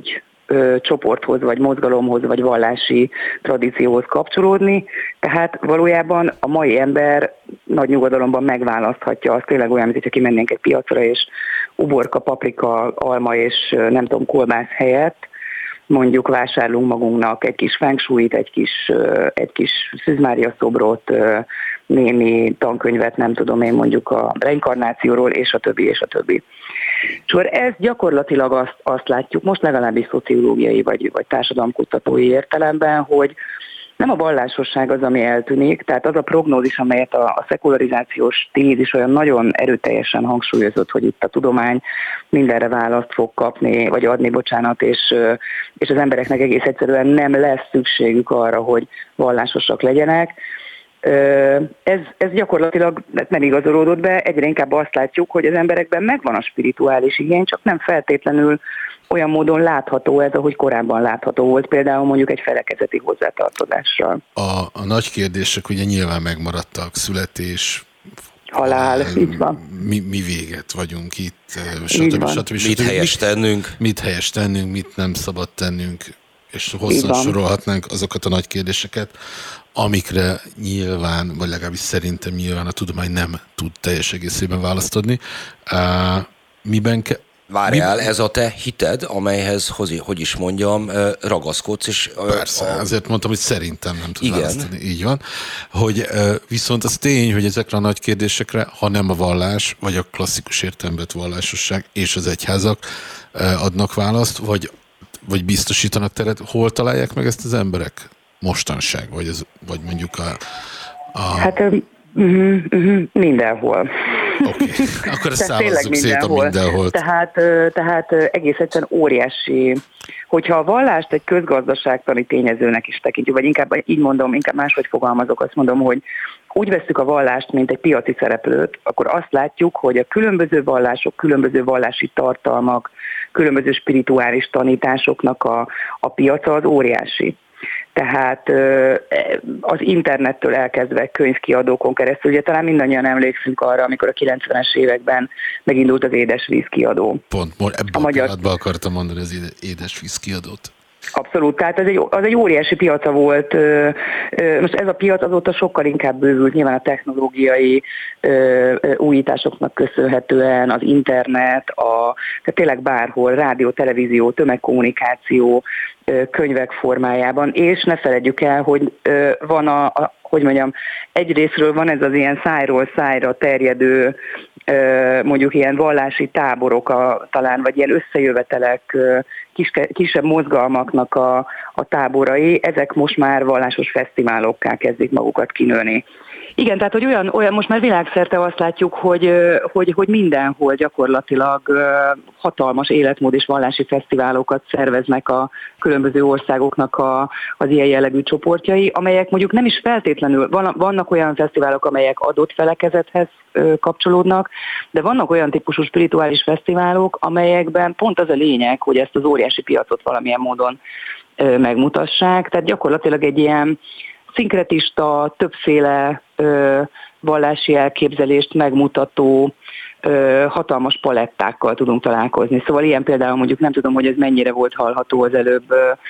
csoporthoz, vagy mozgalomhoz, vagy vallási tradícióhoz kapcsolódni. Tehát valójában a mai ember nagy nyugodalomban megválaszthatja azt, tényleg olyan, mint hogyha kimennénk egy piacra, és uborka, paprika, alma és nem tudom, kolbász helyett mondjuk vásárlunk magunknak egy kis feng shuit, egy kis Szűz Mária szobrot, némi tankönyvet, nem tudom én, mondjuk a reinkarnációról, és a többi, és a többi. És akkor ez gyakorlatilag azt látjuk, most legalábbis szociológiai vagy társadalomkutatói értelemben, hogy nem a vallásosság az, ami eltűnik, tehát az a prognózis, amelyet a szekularizációs tézis olyan nagyon erőteljesen hangsúlyozott, hogy itt a tudomány mindenre választ fog kapni, vagy adni, bocsánat, és az embereknek egész egyszerűen nem lesz szükségük arra, hogy vallásosak legyenek. Ez gyakorlatilag nem igazolódott be, egyre inkább azt látjuk, hogy az emberekben megvan a spirituális igény, csak nem feltétlenül olyan módon látható ez, ahogy korábban látható volt, például mondjuk egy felekezeti hozzátartozással. A nagy kérdések ugye nyilván megmaradtak, születés, halál, így van. Mi véget vagyunk itt, stb. Mit helyes tennünk. Mit helyes tennünk, mit nem szabad tennünk, és hosszan sorolhatnánk azokat a nagy kérdéseket, amikre nyilván, vagy legalábbis szerintem nyilván a tudomány nem tud teljes egészében választ adni. Várjál, ez a te hited, amelyhez, hogy is mondjam, ragaszkodsz, és... Persze, azért mondtam, hogy szerintem nem tud választani. Így van. Hogy viszont az tény, hogy ezekre a nagy kérdésekre, ha nem a vallás, vagy a klasszikus értelemben vallásosság és az egyházak adnak választ, vagy biztosítanak teret, hol találják meg ezt az emberek? Mostanság, vagy mondjuk Hát mindenhol. Oké. Akkor ezt számozzuk szét a mindenhol. Tehát egész egyszerűen óriási, hogyha a vallást egy közgazdaságtani tényezőnek is tekintjük, vagy inkább így mondom, inkább máshogy fogalmazok, azt mondom, hogy úgy vesszük a vallást, mint egy piaci szereplőt, akkor azt látjuk, hogy a különböző vallások, különböző vallási tartalmak, különböző spirituális tanításoknak a piaca az óriási. Tehát az internettől elkezdve könyvkiadókon keresztül, ugye talán mindannyian emlékszünk arra, amikor a 90-es években megindult az Édesvíz kiadó. Pont ebben a pillanatban akartam mondani az Édesvíz kiadót. Abszolút, tehát az egy óriási piaca volt. Most ez a piac azóta sokkal inkább bővült, nyilván a technológiai újításoknak köszönhetően, az internet, tehát tényleg bárhol, rádió, televízió, tömegkommunikáció, könyvek formájában, és ne feledjük el, hogy van hogy mondjam, egyrészről van ez az ilyen szájról szájra terjedő, mondjuk ilyen vallási táborok talán, vagy ilyen összejövetelek, kisebb mozgalmaknak a táborai, ezek most már vallásos fesztiválokká kezdik magukat kinőni. Igen, tehát hogy olyan most már világszerte azt látjuk, hogy mindenhol gyakorlatilag hatalmas életmód és vallási fesztiválokat szerveznek a különböző országoknak az ilyen jellegű csoportjai, amelyek mondjuk nem is feltétlenül, vannak olyan fesztiválok, amelyek adott felekezethez kapcsolódnak, de vannak olyan típusú spirituális fesztiválok, amelyekben pont az a lényeg, hogy ezt az óriási piacot valamilyen módon megmutassák, tehát gyakorlatilag egy ilyen szinkretista, többféle vallási elképzelést megmutató hatalmas palettákkal tudunk találkozni. Szóval ilyen például mondjuk nem tudom, hogy ez mennyire volt hallható az előbb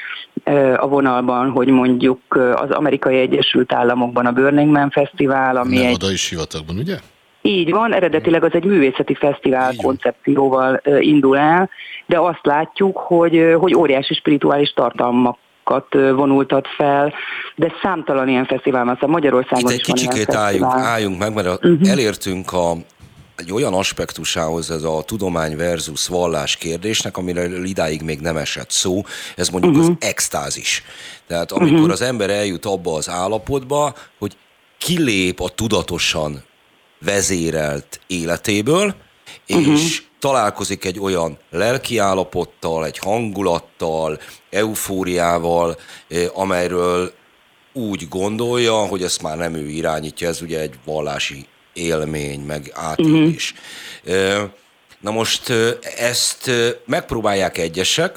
a vonalban, hogy mondjuk az Amerikai Egyesült Államokban a Burning Man Fesztivál, ami Nevadai sivatagban, ugye? Így van, eredetileg az egy művészeti fesztivál koncepcióval indul el, de azt látjuk, hogy óriási spirituális tartalmak vonultat fel, de számtalan ilyen fesztivál van, szóval Magyarországon itt is van ilyen fesztivál. Itt egy kicsikét álljunk meg, mert elértünk egy olyan aspektusához ez a tudomány versus vallás kérdésnek, amiről idáig még nem esett szó, ez mondjuk az extázis. Tehát amikor az ember eljut abba az állapotba, hogy kilép a tudatosan vezérelt életéből, és találkozik egy olyan lelkiállapottal, egy hangulattal, eufóriával, amelyről úgy gondolja, hogy ezt már nem ő irányítja, ez ugye egy vallási élmény, meg átélés. Na most ezt megpróbálják egyesek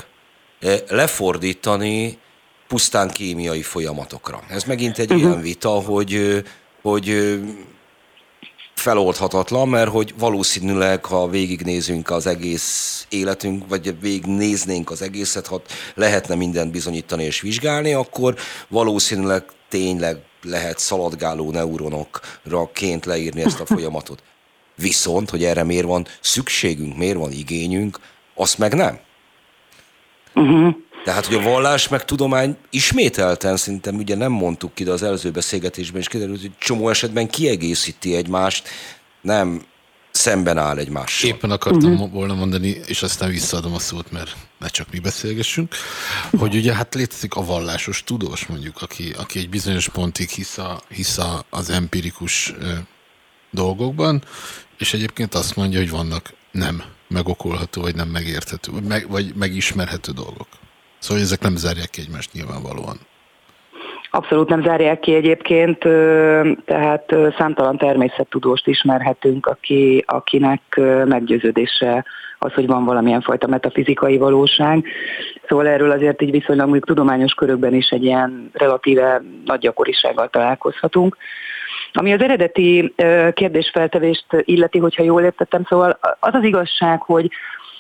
lefordítani pusztán kémiai folyamatokra. Ez megint egy olyan vita, hogy feloldhatatlan, mert hogy valószínűleg, ha végignézünk az egész életünk, vagy végignéznénk az egészet, ha lehetne mindent bizonyítani és vizsgálni, akkor valószínűleg tényleg lehet szaladgáló neuronokra-ként leírni ezt a folyamatot. Viszont, hogy erre miért van szükségünk, miért van igényünk, azt meg nem. Tehát, hogy a vallás meg tudomány ismételten, szerintem ugye nem mondtuk ki, de az előző beszélgetésben is kiderült, hogy csomó esetben kiegészíti egymást, nem szemben áll egymással. Éppen akartam volna mondani, és aztán visszaadom a szót, mert ne csak mi beszélgessünk, hogy ugye hát létezik a vallásos tudós, mondjuk, aki egy bizonyos pontig hisz az empirikus dolgokban, és egyébként azt mondja, hogy vannak nem megokolható, vagy nem megérthető, vagy megismerhető dolgok. Szóval ezek nem zárják ki egymást nyilvánvalóan. Abszolút nem zárják ki egyébként, tehát számtalan természettudóst ismerhetünk, akinek meggyőződése az, hogy van valamilyen fajta metafizikai valóság. Szóval erről azért így viszonylag mondjuk tudományos körökben is egy ilyen relatíve nagy gyakorisággal találkozhatunk. Ami az eredeti kérdésfeltevést illeti, hogyha jól értettem, szóval az az igazság, hogy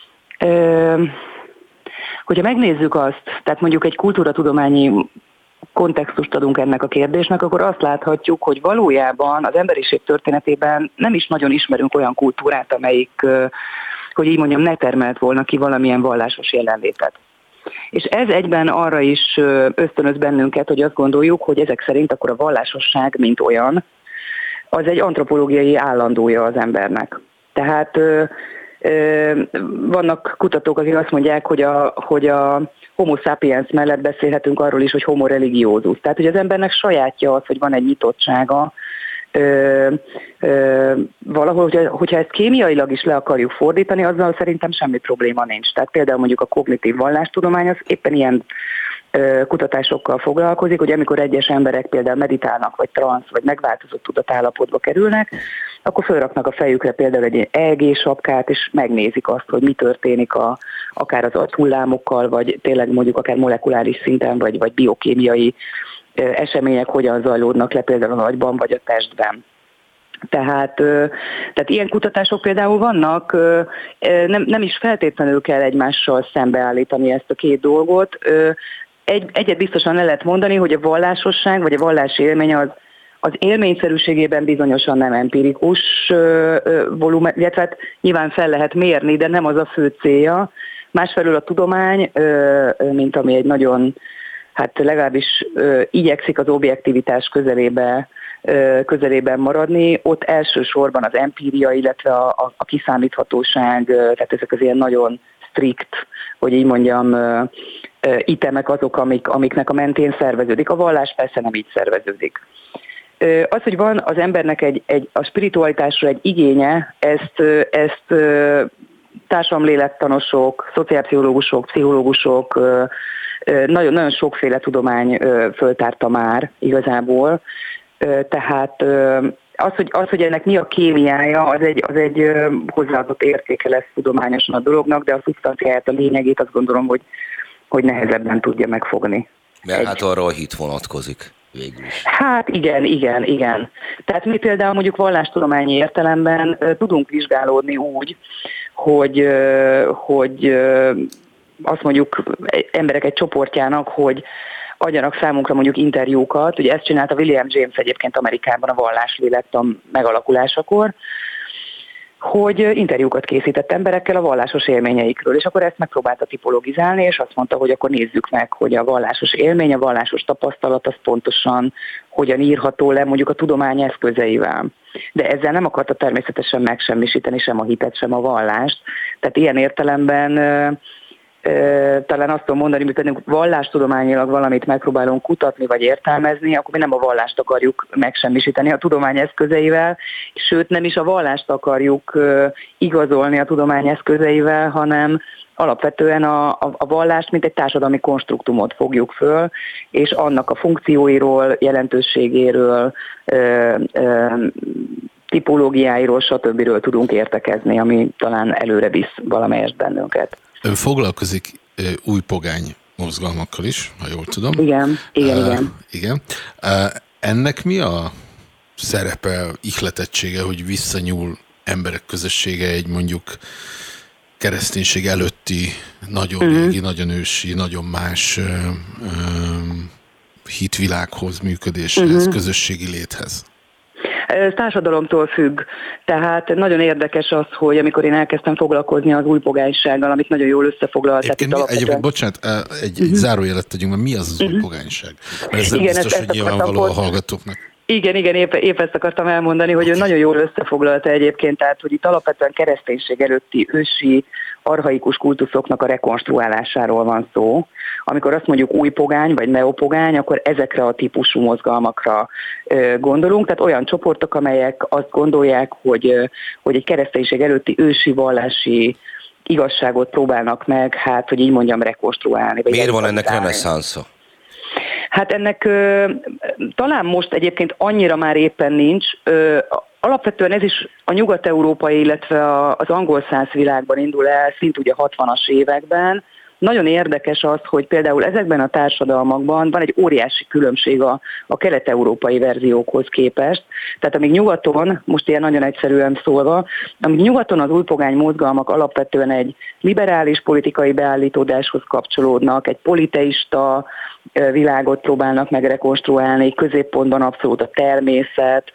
hogyha megnézzük azt, tehát mondjuk egy kultúratudományi kontextust adunk ennek a kérdésnek, akkor azt láthatjuk, hogy valójában az emberiség történetében nem is nagyon ismerünk olyan kultúrát, amelyik, hogy így mondjam, ne termelt volna ki valamilyen vallásos jelenlétet. És ez egyben arra is ösztönöz bennünket, hogy azt gondoljuk, hogy ezek szerint akkor a vallásosság, mint olyan, az egy antropológiai állandója az embernek. Tehát vannak kutatók, akik azt mondják, hogy a homo sapiens mellett beszélhetünk arról is, hogy homo religiosus. Tehát, hogy az embernek sajátja az, hogy van egy nyitottsága, valahol, hogyha ezt kémiailag is le akarjuk fordítani, azzal szerintem semmi probléma nincs. Tehát például mondjuk a kognitív vallástudomány az éppen ilyen kutatásokkal foglalkozik, hogy amikor egyes emberek például meditálnak, vagy transz, vagy megváltozott tudatállapotba kerülnek, akkor felraknak a fejükre például egy EEG sapkát, és megnézik azt, hogy mi történik akár az agyhullámokkal, vagy tényleg mondjuk akár molekuláris szinten, vagy biokémiai események hogyan zajlódnak le például az agyban, vagy a testben. Tehát ilyen kutatások például vannak, nem is feltétlenül kell egymással szembeállítani ezt a két dolgot. Egyet biztosan le lehet mondani, hogy a vallásosság, vagy a vallási élmény az élményszerűségében bizonyosan nem empirikus volumen, illetve hát nyilván fel lehet mérni, de nem az a fő célja. Másfelől a tudomány, mint ami egy nagyon, hát legalábbis igyekszik az objektivitás közelében maradni, ott elsősorban az empíria, illetve a kiszámíthatóság, tehát ezek az ilyen nagyon strikt, hogy így mondjam, itemek azok, amiknek a mentén szerveződik. A vallás persze nem így szerveződik. Az, hogy van az embernek a spiritualitásra egy igénye, ezt társadalomlélettanosok, szociálpszichológusok, pszichológusok, nagyon sokféle tudomány föltárta már igazából. Tehát az, hogy ennek mi a kémiája, az egy hozzáadott értéke lesz tudományosan a dolognak, de a szubstanciáját, a lényegét azt gondolom, hogy nehezebben tudja megfogni. Mert hát arra a hit vonatkozik végül is. Hát igen. Tehát mi például mondjuk vallástudományi értelemben tudunk vizsgálódni úgy, hogy azt mondjuk emberek egy csoportjának, hogy adjanak számunkra mondjuk interjúkat. Ugye ezt csinálta William James egyébként Amerikában a valláslélektan megalakulásakor, hogy interjúkat készített emberekkel a vallásos élményeikről, és akkor ezt megpróbálta tipologizálni, és azt mondta, hogy akkor nézzük meg, hogy a vallásos élmény, a vallásos tapasztalat az pontosan hogyan írható le mondjuk a tudomány eszközeivel. De ezzel nem akarta természetesen megsemmisíteni sem a hitet, sem a vallást. Tehát ilyen értelemben talán azt tudom mondani, hogy például vallástudományilag valamit megpróbálunk kutatni vagy értelmezni, akkor mi nem a vallást akarjuk megsemmisíteni a tudomány eszközeivel, sőt nem is a vallást akarjuk igazolni a tudomány eszközeivel, hanem alapvetően a vallást, mint egy társadalmi konstruktumot fogjuk föl, és annak a funkcióiról, jelentőségéről, tipológiáiról, stb. Tudunk értekezni, ami talán előre visz valamelyest bennünket. Ön foglalkozik új pogány mozgalmakkal is, ha jól tudom. Igen. Igen. Ennek mi a szerepe, ihletettsége, hogy visszanyúl emberek közössége egy mondjuk kereszténység előtti, nagyon régi, nagyon ősi, nagyon más hitvilághoz, működéshez, közösségi léthez. Ez társadalomtól függ. Tehát nagyon érdekes az, hogy amikor én elkezdtem foglalkozni az új pogánysággal, amit nagyon jól összefoglalt. Egyébként, bocsánat, egy zárójelet tegyünk, mert mi az új pogányság? Mert ez biztos, hogy nyilvánvaló a hallgatóknak. Igen, épp ezt akartam elmondani, hogy ő nagyon jól összefoglalta egyébként, tehát hogy itt alapvetően kereszténység előtti ősi archaikus kultuszoknak a rekonstruálásáról van szó. Amikor azt mondjuk új pogány vagy neopogány, akkor ezekre a típusú mozgalmakra gondolunk, tehát olyan csoportok, amelyek azt gondolják, hogy egy kereszténység előtti ősi vallási igazságot próbálnak meg, hát, hogy így mondjam, rekonstruálni. Miért van ennek reneszánsza? Hát ennek talán most egyébként annyira már éppen nincs. Alapvetően ez is a nyugat-európai, illetve az angol száz világban indul el, szint ugye 60-as években. Nagyon érdekes az, hogy például ezekben a társadalmakban van egy óriási különbség a kelet-európai verziókhoz képest. Tehát amíg nyugaton, most ilyen nagyon egyszerűen szólva, amíg nyugaton az újpogány mozgalmak alapvetően egy liberális politikai beállítódáshoz kapcsolódnak, egy politeista világot próbálnak meg rekonstruálni, középpontban abszolút a természet,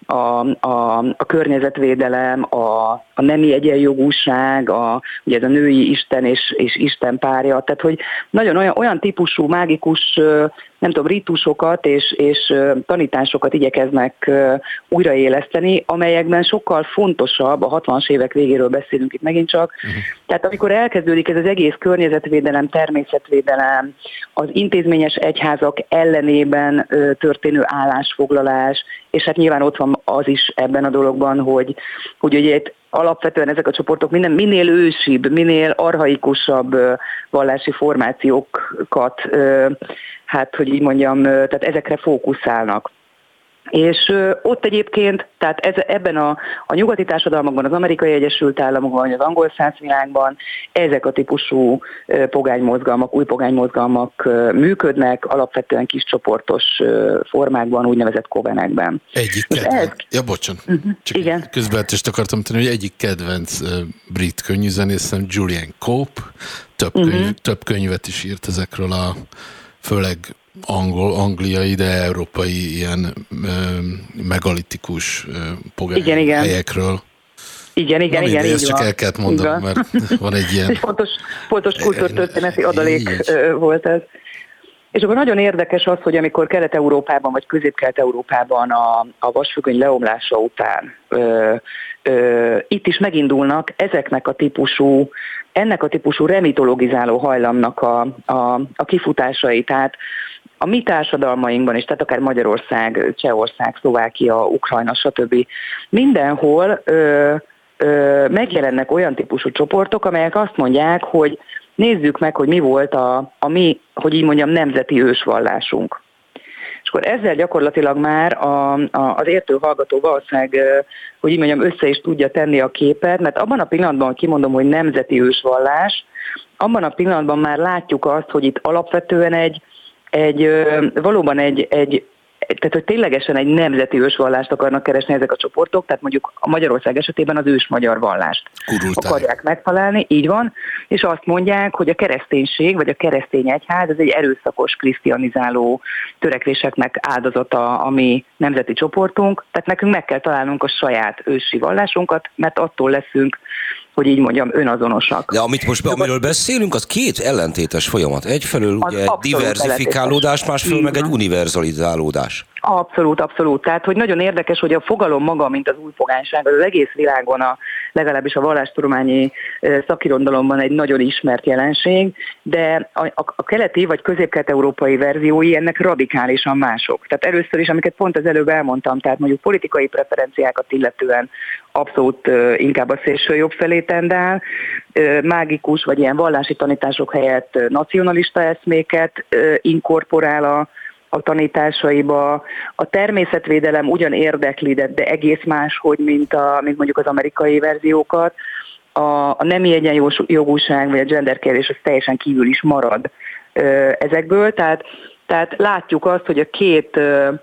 a környezetvédelem, a nemi egyenjogúság, ugye ez a női isten és Isten párja, tehát hogy nagyon olyan típusú mágikus, nem tudom, rítusokat és tanításokat igyekeznek újraéleszteni, amelyekben sokkal fontosabb, a 60-as évek végéről beszélünk itt megint csak, tehát amikor elkezdődik ez az egész környezetvédelem, természetvédelem, az intézményes egyházak ellenében történő állásfoglalás, és hát nyilván ott van az is ebben a dologban, hogy ugye itt alapvetően ezek a csoportok minél ősibb, minél archaikusabb vallási formációkat, hát hogy így mondjam, tehát ezekre fókuszálnak. És ott egyébként, tehát ebben a nyugati társadalmakban, az Amerikai Egyesült Államokban, vagy az angol száz világban ezek a típusú pogánymozgalmak, új pogánymozgalmak működnek, alapvetően kis csoportos formákban, úgynevezett kovenekben. Egyik kedvenc, csak igen. Közbevetést akartam tenni, hogy egyik kedvenc brit könnyűzenészem Julian Cope, több könyvet is írt ezekről főleg angliai, de európai ilyen megalitikus pogány helyekről. Igen, ezt csak el kellett mondanom, mert van egy ilyen... Fontos kultúrtörténeti adalék volt ez. És akkor nagyon érdekes az, hogy amikor Kelet-Európában vagy Közép-Kelet-Európában a vasfüggöny leomlása után itt is megindulnak ennek a típusú remitologizáló hajlamnak a kifutásai. Tehát a mi társadalmainkban is, tehát akár Magyarország, Csehország, Szlovákia, Ukrajna, stb. Mindenhol megjelennek olyan típusú csoportok, amelyek azt mondják, hogy nézzük meg, hogy mi volt a mi, hogy így mondjam, nemzeti ősvallásunk. És akkor ezzel gyakorlatilag már az értő hallgató valószínűleg, hogy így mondjam, össze is tudja tenni a képet, mert abban a pillanatban, hogy kimondom, hogy nemzeti ősvallás, abban a pillanatban már látjuk azt, hogy itt alapvetően valóban tehát, hogy ténylegesen egy nemzeti ősvallást akarnak keresni ezek a csoportok, tehát mondjuk a Magyarország esetében az ősmagyar vallást akarják megtalálni, így van, és azt mondják, hogy a kereszténység, vagy a keresztény egyház, ez egy erőszakos krisztianizáló törekvéseknek áldozata a mi nemzeti csoportunk, tehát nekünk meg kell találnunk a saját ősi vallásunkat, mert attól leszünk, hogy így mondjam, önazonosak. De amiről beszélünk, az két ellentétes folyamat. Egyfelől ugye egy diverzifikálódás, másfelől meg egy univerzalizálódás. Abszolút. Tehát, hogy nagyon érdekes, hogy a fogalom maga, mint az újpogányság, az egész világon, legalábbis a vallástudományi szakirodalomban egy nagyon ismert jelenség, de a keleti vagy közép-kelet-európai verziói ennek radikálisan mások. Tehát először is, amiket pont az előbb elmondtam, tehát mondjuk politikai preferenciákat illetően abszolút inkább a szélső jobb felé tendál, mágikus vagy ilyen vallási tanítások helyett nacionalista eszméket inkorporál a tanításaiba. A természetvédelem ugyan érdekli, de egész máshogy, mint mondjuk az amerikai verziókat. A nemi egyenjogúság vagy a gender kérdés az teljesen kívül is marad ezekből. Tehát látjuk azt, hogy a két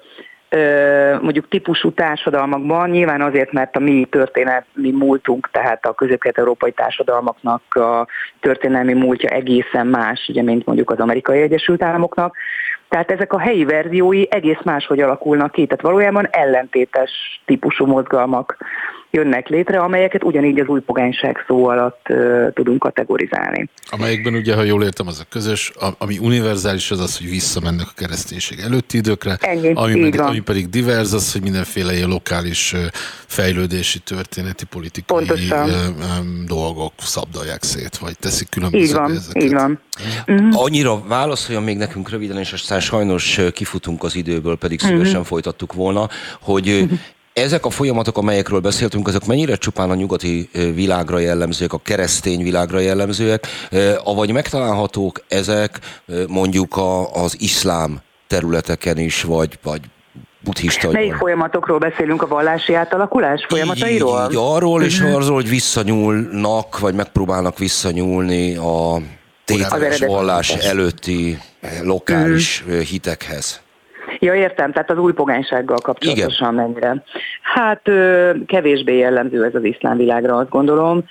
mondjuk típusú társadalmakban, nyilván azért, mert a mi történelmi múltunk, tehát a közép-kelet-európai társadalmaknak a történelmi múltja egészen más, ugye, mint mondjuk az Amerikai Egyesült Államoknak. Tehát ezek a helyi verziói egész máshogy alakulnak ki, tehát valójában ellentétes típusú mozgalmak jönnek létre, amelyeket ugyanígy az újpogányság szó alatt tudunk kategorizálni. Amelyekben ugye, ha jól értem, az a közös, ami univerzális az, hogy visszamennek a kereszténység előtti időkre, ami pedig divers az, hogy mindenféle ilyen lokális fejlődési, történeti, politikai dolgok szabdalják szét, vagy teszik különböző ezeket. Így van. Annyira válaszoljon még nekünk röviden, és aztán sajnos kifutunk az időből, pedig szívesen folytattuk volna, hogy ezek a folyamatok, amelyekről beszéltünk, azok mennyire csupán a nyugati világra jellemzőek, a keresztény világra jellemzőek, avagy megtalálhatók ezek mondjuk az iszlám területeken is, vagy buddhista. Melyik folyamatokról beszélünk, a vallási átalakulás folyamatairól? Így arról és arról, hogy visszanyúlnak, vagy megpróbálnak visszanyúlni a tételes vallás előtti lokális hitekhez. Ja, értem, tehát az újpogánysággal kapcsolatosan mennyire. Hát kevésbé jellemző ez az iszlám világra, azt gondolom,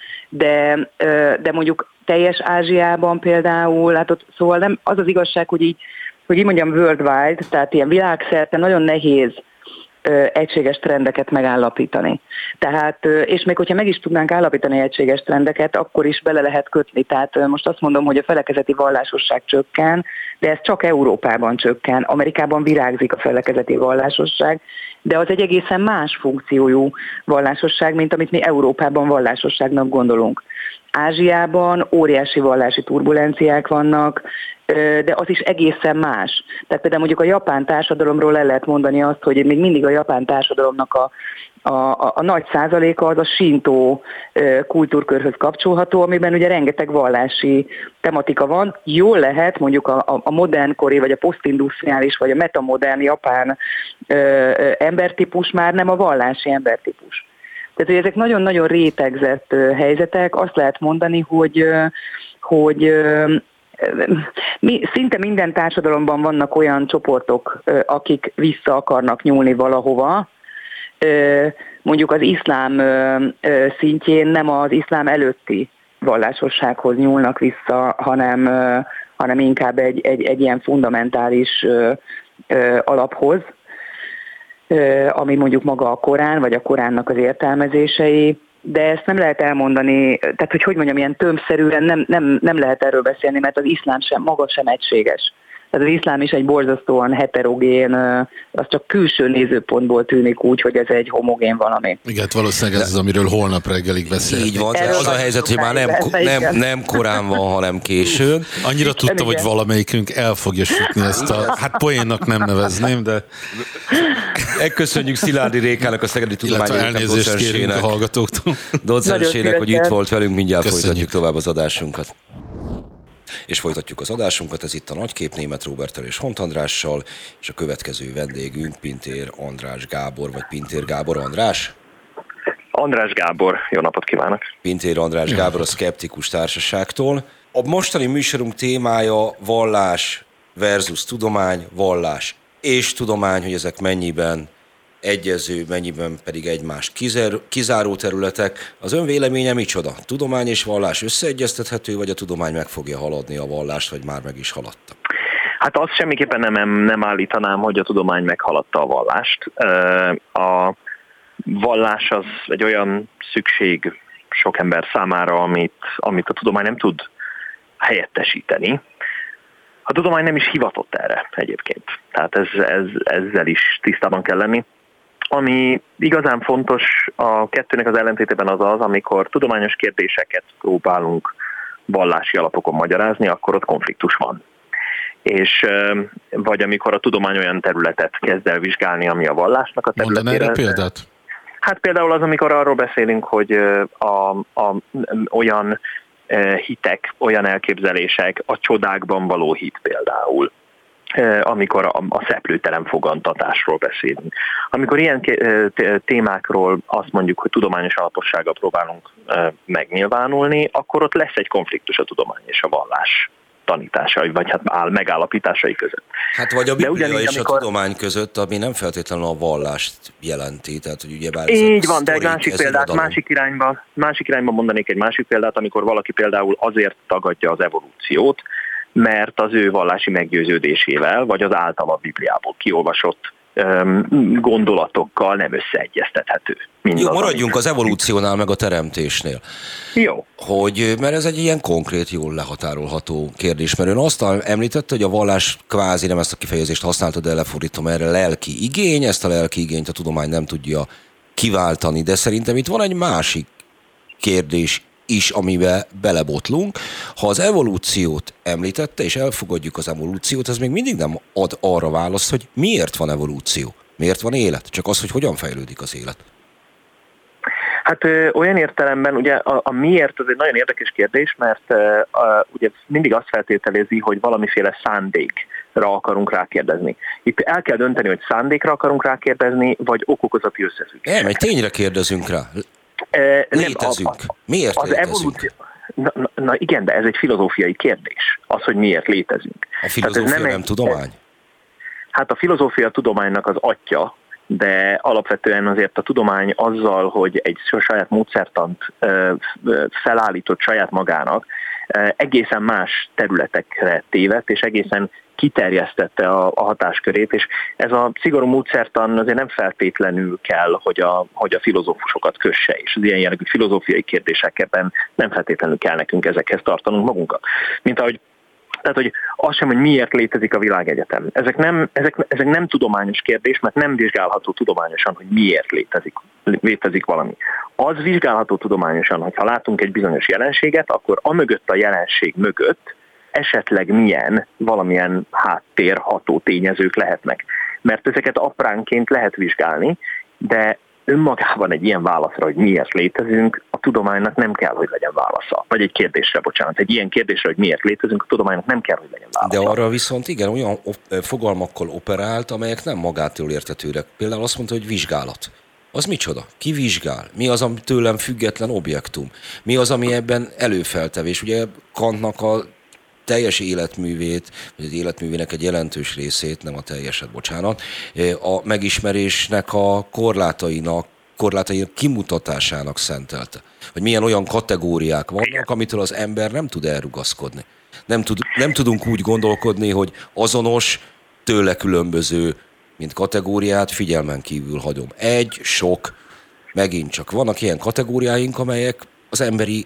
de mondjuk teljes Ázsiában például, hát ott, szóval nem, az az igazság, hogy így mondjam worldwide, tehát ilyen világszerte nagyon nehéz egységes trendeket megállapítani. Tehát, és még hogyha meg is tudnánk állapítani egységes trendeket, akkor is bele lehet kötni. Tehát most azt mondom, hogy a felekezeti vallásosság csökken, de ez csak Európában csökken. Amerikában virágzik a felekezeti vallásosság, de az egy egészen más funkciójú vallásosság, mint amit mi Európában vallásosságnak gondolunk. Ázsiában óriási vallási turbulenciák vannak, de az is egészen más. Tehát például mondjuk a japán társadalomról el lehet mondani azt, hogy még mindig a japán társadalomnak a nagy százaléka az a sintó kultúrkörhöz kapcsolható, amiben ugye rengeteg vallási tematika van. Jól lehet mondjuk a modernkori, vagy a posztindustriális, vagy a metamodern japán embertípus már nem a vallási embertípus. Tehát, hogy ezek nagyon-nagyon rétegzett helyzetek, azt lehet mondani, hogy szinte minden társadalomban vannak olyan csoportok, akik vissza akarnak nyúlni valahova. Mondjuk az iszlám szintjén nem az iszlám előtti vallásossághoz nyúlnak vissza, hanem inkább egy ilyen fundamentális alaphoz, ami mondjuk maga a Korán, vagy a Koránnak az értelmezései, de ezt nem lehet elmondani, tehát hogy mondjam, ilyen tömbszerűen nem lehet erről beszélni, mert az iszlám sem, maga sem egységes. Tehát az iszlám is egy borzasztóan heterogén, az csak külső nézőpontból tűnik úgy, hogy ez egy homogén valami. Igen, valószínűleg ez az, amiről holnap reggelig beszélünk. Így van, az a helyzet, hogy már nem korán van, hanem későn. Annyira tudtam, hogy valamelyikünk el fogja sütni ezt a, hát poénnak nem nevezném, de... Köszönjük Szilágyi Rékának, a Szegedi Tudományegyetem docensének, hogy itt volt velünk, mindjárt folytatjuk tovább az adásunkat. És folytatjuk az adásunkat, ez itt a Nagykép Németh Róberttel és Hont Andrással, és a következő vendégünk Pintér András Gábor, vagy Pintér Gábor András? András Gábor, jó napot kívánok! Pintér András Gábor a Szkeptikus Társaságtól. A mostani műsorunk témája vallás versus tudomány, vallás és tudomány, hogy ezek mennyiben egyező, mennyiben pedig egymást kizáró területek. Az ön véleménye micsoda? Tudomány és vallás összeegyeztethető, vagy a tudomány meg fogja haladni a vallást, vagy már meg is haladta? Hát azt semmiképpen nem állítanám, hogy a tudomány meghaladta a vallást. A vallás az egy olyan szükség sok ember számára, amit a tudomány nem tud helyettesíteni. A tudomány nem is hivatott erre egyébként. Tehát ezzel is tisztában kell lenni. Ami igazán fontos a kettőnek az ellentétében az, amikor tudományos kérdéseket próbálunk vallási alapokon magyarázni, akkor ott konfliktus van. És vagy amikor a tudomány olyan területet kezd el vizsgálni, ami a vallásnak a területére. Mondaná erre példát? Hát például az, amikor arról beszélünk, hogy olyan hitek, olyan elképzelések, a csodákban való hit például, amikor a szeplőtelen fogantatásról beszélünk. Amikor ilyen témákról azt mondjuk, hogy tudományos alapossággal próbálunk megnyilvánulni, akkor ott lesz egy konfliktus a tudomány és a vallás tanításai, vagy hát megállapításai között. Hát vagy a Biblia és a tudomány között, ami nem feltétlenül a vallást jelenti. Tehát, hogy ugyebár így van, de egy másik példát, másik irányba mondanék egy másik példát, amikor valaki például azért tagadja az evolúciót, mert az ő vallási meggyőződésével, vagy az általa a Bibliából kiolvasott gondolatokkal nem összeegyeztethető. Jó, maradjunk az evolúciónál, meg a teremtésnél. Jó. Mert ez egy ilyen konkrét, jól lehatárolható kérdés, mert ön azt említette, hogy a vallás kvázi, nem ezt a kifejezést használta, de lefordítom erre, lelki igény, ezt a lelki igényt a tudomány nem tudja kiváltani, de szerintem itt van egy másik kérdés is, amiben belebotlunk. Ha az evolúciót említette, és elfogadjuk az evolúciót, ez még mindig nem ad arra választ, hogy miért van evolúció, miért van élet, csak az, hogy hogyan fejlődik az élet. Hát olyan értelemben, ugye a miért az egy nagyon érdekes kérdés, mert ugye mindig azt feltételezi, hogy valamiféle szándékra akarunk rákérdezni. Itt el kell dönteni, hogy szándékra akarunk rákérdezni, vagy okokozati összefüggés. Nem, egy tényre kérdezünk rá. Létezünk. Miért az létezünk? Na igen, de ez egy filozófiai kérdés, az, hogy miért létezünk. A filozófia nem tudomány? Hát a filozófia tudománynak az atya, de alapvetően azért a tudomány azzal, hogy egy saját módszertant felállított saját magának, egészen más területekre tévedt, és egészen kiterjesztette a hatáskörét, és ez a szigorú módszertan azért nem feltétlenül kell, hogy a filozófusokat kösse, és az ilyen jellegű filozófiai kérdésekben nem feltétlenül kell nekünk ezekhez tartanunk magunkat. Tehát, hogy az sem, hogy miért létezik a világegyetem. Ezek nem tudományos kérdés, mert nem vizsgálható tudományosan, hogy miért létezik valami. Az vizsgálható tudományosan, hogyha látunk egy bizonyos jelenséget, akkor amögött a jelenség mögött esetleg valamilyen háttérható tényezők lehetnek. Mert ezeket apránként lehet vizsgálni, de önmagában egy ilyen válaszra, hogy miért létezünk, a tudománynak nem kell, hogy legyen válasza. Vagy egy kérdésre, egy ilyen kérdésre, hogy miért létezünk, a tudománynak nem kell, hogy legyen válasza. De arra viszont igen, olyan fogalmakkal operált, amelyek nem magától értetőek. Például azt mondta, hogy vizsgálat. Az micsoda? Ki vizsgál? Mi az, ami tőlem független objektum? Mi az, ami ebben előfeltevés? Ugye Kantnak a teljes életművét, vagy az életművének egy jelentős részét, nem a teljeset, bocsánat, a megismerésnek a korlátainak kimutatásának szentelte. Hogy milyen olyan kategóriák vannak, amitől az ember nem tud elrugaszkodni. Nem tudunk úgy gondolkodni, hogy azonos, tőle különböző, mint kategóriát figyelmen kívül hagyom. Sok, megint csak vannak ilyen kategóriáink, amelyek az emberi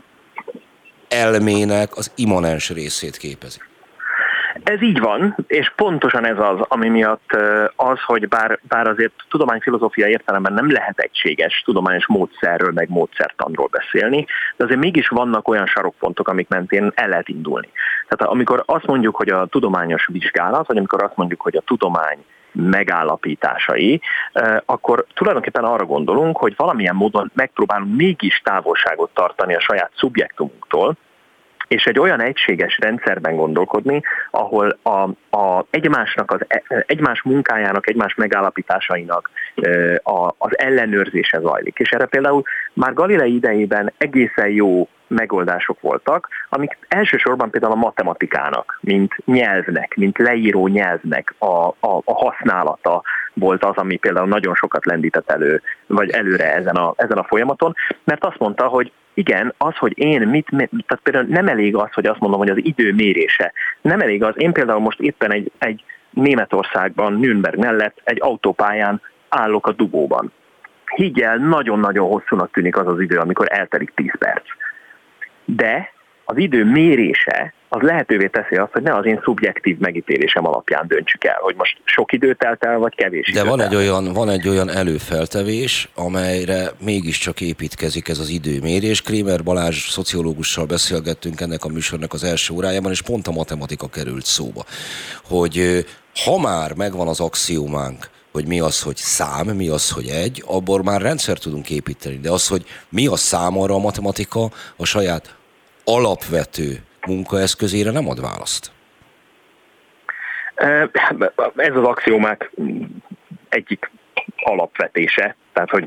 elmének az immanens részét képezi. Ez így van, és pontosan ez az, ami miatt az, hogy bár azért tudományfilozófia értelemben nem lehet egységes tudományos módszerről, meg módszertanról beszélni, de azért mégis vannak olyan sarokpontok, amik mentén el lehet indulni. Tehát amikor azt mondjuk, hogy a tudományos vizsgálat, vagy amikor azt mondjuk, hogy a tudomány megállapításai, akkor tulajdonképpen arra gondolunk, hogy valamilyen módon megpróbálunk mégis távolságot tartani a saját szubjektumunktól, és egy olyan egységes rendszerben gondolkodni, ahol egymás munkájának, egymás megállapításainak az ellenőrzése zajlik. És erre például már Galilei idejében egészen jó megoldások voltak, amik elsősorban például a matematikának, mint nyelvnek, mint leíró nyelvnek a használata volt az, ami például nagyon sokat lendített előre ezen a folyamaton, mert azt mondta, hogy igen, az, hogy én tehát például nem elég az, hogy azt mondom, hogy az idő mérése. Nem elég az, én például most éppen egy Németországban, Nürnberg mellett egy autópályán állok a dugóban. Higgy el, nagyon-nagyon hosszúnak tűnik az az idő, amikor eltelik 10 perc. De az idő mérése az lehetővé teszi azt, hogy ne az én szubjektív megítélésem alapján döntsük el, hogy most sok idő telt el, vagy kevés idő. De van egy olyan előfeltevés, amelyre mégiscsak építkezik ez az időmérés. Krémer Balázs szociológussal beszélgettünk ennek a műsornak az első órájában, és pont a matematika került szóba. Hogy ha már megvan az axiómánk, hogy mi az, hogy szám, mi az, hogy egy, abból már rendszer tudunk építeni. De az, hogy mi a számára a matematika, a saját alapvető munkaeszközére nem ad választ. Ez az axiómák egyik alapvetése, tehát hogy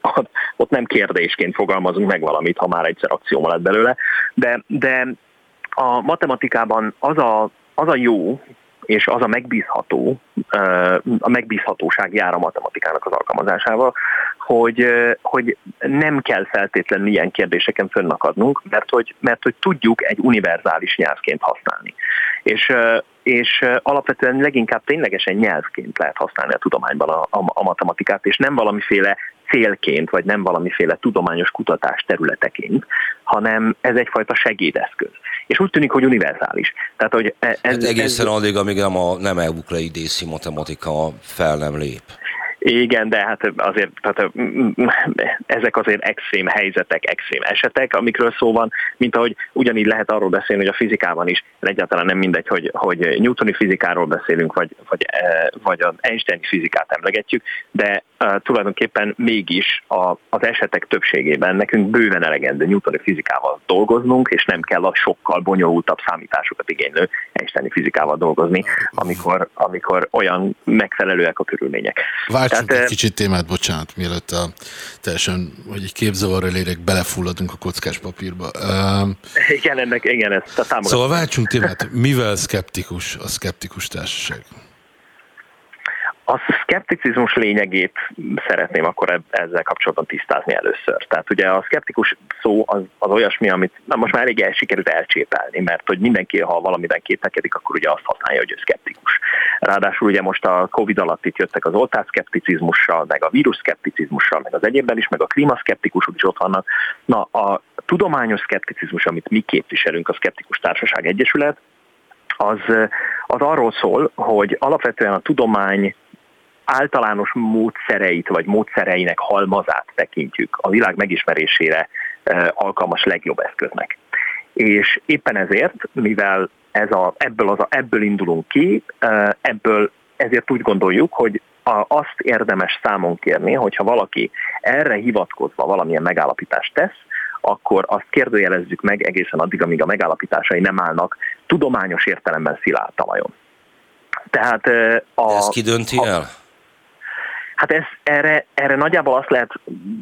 ott nem kérdésként fogalmazunk meg valamit, ha már egyszer axióma lett belőle, de a matematikában az a jó, és az a megbízható, a megbízhatóság jár a matematikának az alkalmazásával, hogy nem kell feltétlenül ilyen kérdéseken fönnakadnunk, mert hogy tudjuk egy univerzális nyelvként használni. És alapvetően leginkább ténylegesen nyelvként lehet használni a tudományban a matematikát, és nem valamiféle célként, vagy nem valamiféle tudományos kutatás területeként, hanem ez egyfajta segédeszköz. És úgy tűnik, hogy univerzális. Tehát, hogy egészen addig, amíg nem euklidészi matematika fel nem lép. Igen, de hát azért tehát ezek azért extrém helyzetek, extrém esetek, amikről szó van, mint ahogy ugyanígy lehet arról beszélni, hogy a fizikában is egyáltalán nem mindegy, hogy newtoni fizikáról beszélünk, vagy az Einsteini fizikát emlegetjük, de tulajdonképpen mégis az esetek többségében nekünk bőven elegendő newtoni fizikával dolgoznunk, és nem kell a sokkal bonyolultabb számításokat igénylő Einsteini fizikával dolgozni, amikor olyan megfelelőek a körülmények. Váltsunk egy kicsit témát, bocsánat, mielőtt teljesen, hogy egy képzavarra elérek, belefulladunk a kockás papírba. Igen, ezt a támogatom. Szóval váltsunk témát, mivel szkeptikus a szkeptikus társaság? A szkepticizmus lényegét szeretném akkor ezzel kapcsolatban tisztázni először. Tehát ugye a szkeptikus szó az olyasmi, amit most már elég sikerült elcsépelni, mert hogy mindenki, ha valamiben kételkedik, akkor ugye azt használja, hogy ő szkeptikus. Ráadásul ugye most a Covid alatt itt jöttek az oltásszkepticizmussal, meg a vírusszkepticizmussal, meg az egyébben is, meg a klímaszkeptikusok is ott vannak. Na, a tudományos szkepticizmus, amit mi képviselünk, a Szkeptikus Társaság Egyesület, az arról szól, hogy alapvetően a tudomány általános módszereit, vagy módszereinek halmazát tekintjük a világ megismerésére alkalmas legjobb eszköznek. És éppen ezért, mivel ebből indulunk ki, ezért úgy gondoljuk, hogy azt érdemes számon kérni, hogyha valaki erre hivatkozva valamilyen megállapítást tesz, akkor azt kérdőjelezzük meg egészen addig, amíg a megállapításai nem állnak tudományos értelemben szilárd talajon. Tehát de ezt ki dönti el? Hát erre nagyjából azt lehet,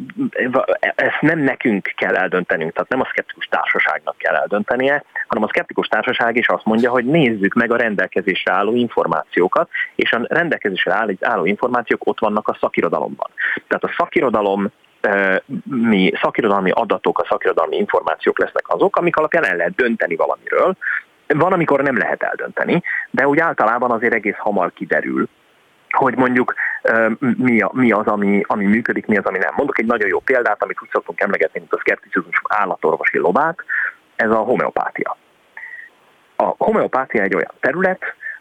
ezt nem nekünk kell eldöntenünk, tehát nem a Szkeptikus Társaságnak kell eldöntenie, hanem a Szkeptikus Társaság is azt mondja, hogy nézzük meg a rendelkezésre álló információkat, és a rendelkezésre álló információk ott vannak a szakirodalomban. Tehát a szakirodalmi adatok, a szakirodalmi információk lesznek azok, amik alapján el lehet dönteni valamiről. Van, amikor nem lehet eldönteni, de úgy általában azért egész hamar kiderül, hogy mondjuk mi az, ami működik, mi az, ami nem. Mondok egy nagyon jó példát, amit úgy szoktunk emlegetni, mint a szkepticizmus állatorvosi lovát, ez a homeopátia. A homeopátia egy olyan terület,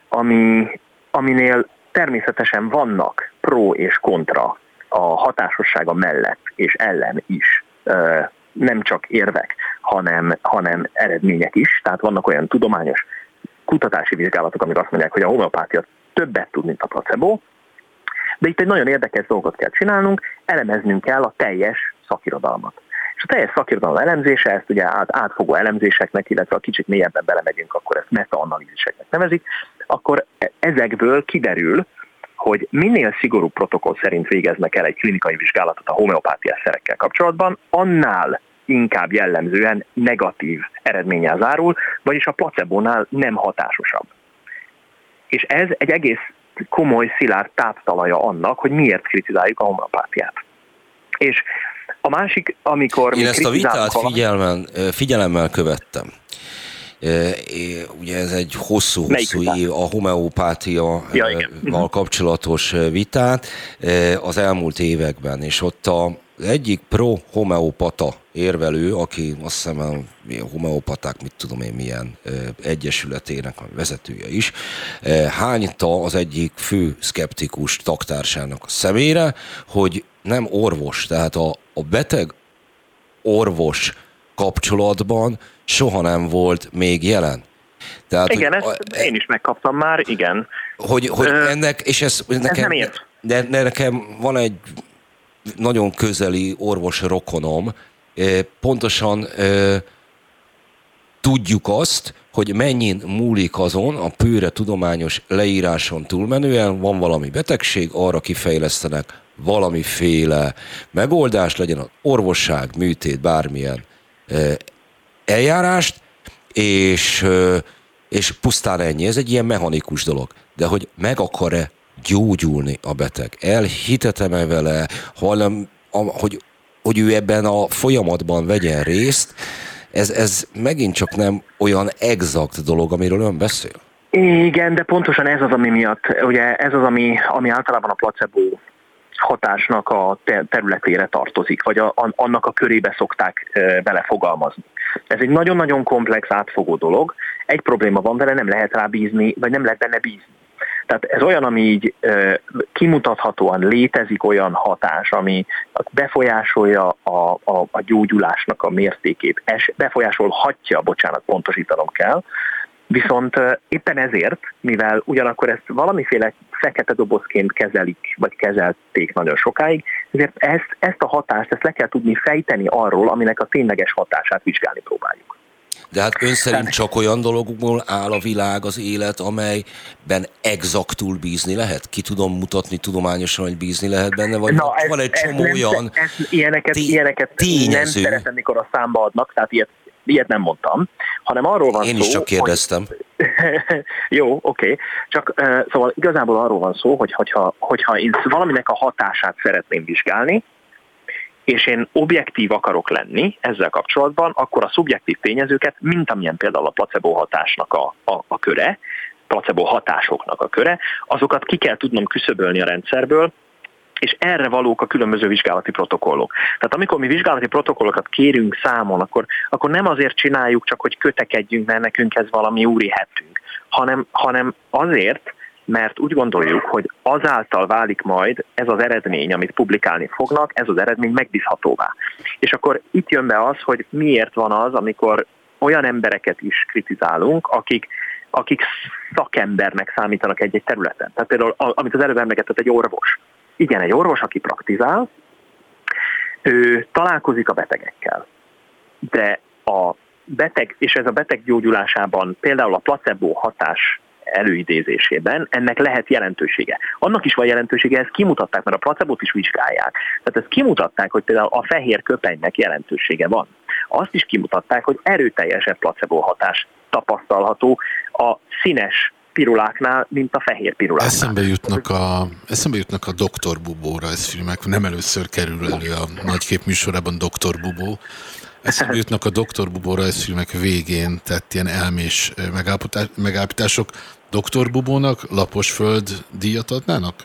aminél természetesen vannak pro és kontra a hatásossága mellett és ellen is nem csak érvek, hanem eredmények is. Tehát vannak olyan tudományos kutatási vizsgálatok, amik azt mondják, hogy a homeopátia többet tud, mint a placebo, de itt egy nagyon érdekes dolgot kell csinálnunk, elemeznünk kell a teljes szakirodalmat. És a teljes szakirodalom elemzése, ezt ugye átfogó elemzéseknek, illetve a kicsit mélyebben belemegyünk, akkor ezt meta-analíziseknek nevezik, akkor ezekből kiderül, hogy minél szigorúbb protokoll szerint végeznek el egy klinikai vizsgálatot a homeopátiás szerekkel kapcsolatban, annál inkább jellemzően negatív eredménnyel zárul, vagyis a placebónál nem hatásosabb. És ez egy egész komoly, szilárd táptalaja annak, hogy miért kritizáljuk a homeopátiát. És a másik, amikor... Én ezt a vitát figyelemmel követtem. Ugye ez egy hosszú év a homeopátiával kapcsolatos vitát az elmúlt években, és ott az egyik pro-homeopata érvelő, aki azt hiszem a homeopaták, mit tudom én milyen egyesületének a vezetője is, hányta az egyik fő szkeptikus taktársának a szemére, hogy nem orvos, tehát a beteg orvos kapcsolatban soha nem volt még jelen. Tehát, igen, ezt én is megkaptam már, igen. Hogy ennek, és ez nekem, nem ért. De nekem van egy nagyon közeli orvos rokonom, pontosan tudjuk azt, hogy mennyin múlik azon a pőre tudományos leíráson túlmenően, van valami betegség, arra kifejlesztenek valamiféle megoldás, legyen az orvosság, műtét, bármilyen eljárást, és pusztán ennyi. Ez egy ilyen mechanikus dolog. De hogy meg akar-e gyógyulni a beteg? Elhitetem-e vele, hogy ő ebben a folyamatban vegyen részt? Ez megint csak nem olyan exakt dolog, amiről ön beszél. Igen, de pontosan ez az, ami miatt, ugye ez az, ami általában a placebo hatásnak a területére tartozik, vagy annak a körébe szokták belefogalmazni. Ez egy nagyon-nagyon komplex, átfogó dolog. Egy probléma van vele, nem lehet rá bízni, vagy nem lehet benne bízni. Tehát ez olyan, ami így kimutathatóan létezik olyan hatás, ami befolyásolja a gyógyulásnak a mértékét, befolyásolhatja, pontosítanom kell, viszont éppen ezért, mivel ugyanakkor ezt valamiféle fekete dobozként kezelik, vagy kezelték nagyon sokáig, ezért ezt a hatást le kell tudni fejteni arról, aminek a tényleges hatását vizsgálni próbáljuk. De hát ön szerint csak olyan dologból áll a világ, az élet, amelyben exaktul bízni lehet? Ki tudom mutatni tudományosan, hogy bízni lehet benne? Vagy van egy csomó olyan ilyeneket nem szeretem, mikor a számba adnak, tehát ilyet nem mondtam, hanem arról van szó... Én is csak kérdeztem. Jó, oké. Csak szóval igazából arról van szó, hogyha én valaminek a hatását szeretném vizsgálni, és én objektív akarok lenni ezzel kapcsolatban, akkor a szubjektív tényezőket, mint amilyen például a placebo hatásnak a köre, placebo hatásoknak a köre, azokat ki kell tudnom küszöbölni a rendszerből, és erre valók a különböző vizsgálati protokollok. Tehát amikor mi vizsgálati protokollokat kérünk számon, akkor nem azért csináljuk csak, hogy kötekedjünk, mert nekünk ez valami úri hettünk, hanem azért, mert úgy gondoljuk, hogy azáltal válik majd ez az eredmény, amit publikálni fognak, ez az eredmény megbízhatóvá. És akkor itt jön be az, hogy miért van az, amikor olyan embereket is kritizálunk, akik szakembernek számítanak egy területen. Tehát például, amit az előbb emlegetett, egy orvos. Igen, egy orvos, aki praktizál, ő találkozik a betegekkel. De a beteg, és ez a beteg gyógyulásában például a placebo hatás előidézésében ennek lehet jelentősége. Annak is van jelentősége, ezt kimutatták, mert a placebót is vizsgálják. Tehát ezt kimutatták, hogy például a fehér köpenynek jelentősége van. Azt is kimutatták, hogy erőteljesebb placebo hatás tapasztalható a színes piruláknál, mint a fehér piruláknál. Eszembe jutnak a Dr. Bubó rajzfilmek, nem először kerül elő a Nagykép műsorában Dr. Bubó. Eszembe jutnak a Dr. Bubó rajzfilmek végén tett ilyen elmés megállapítások. Dr. Bubónak Laposföld díjat adnának?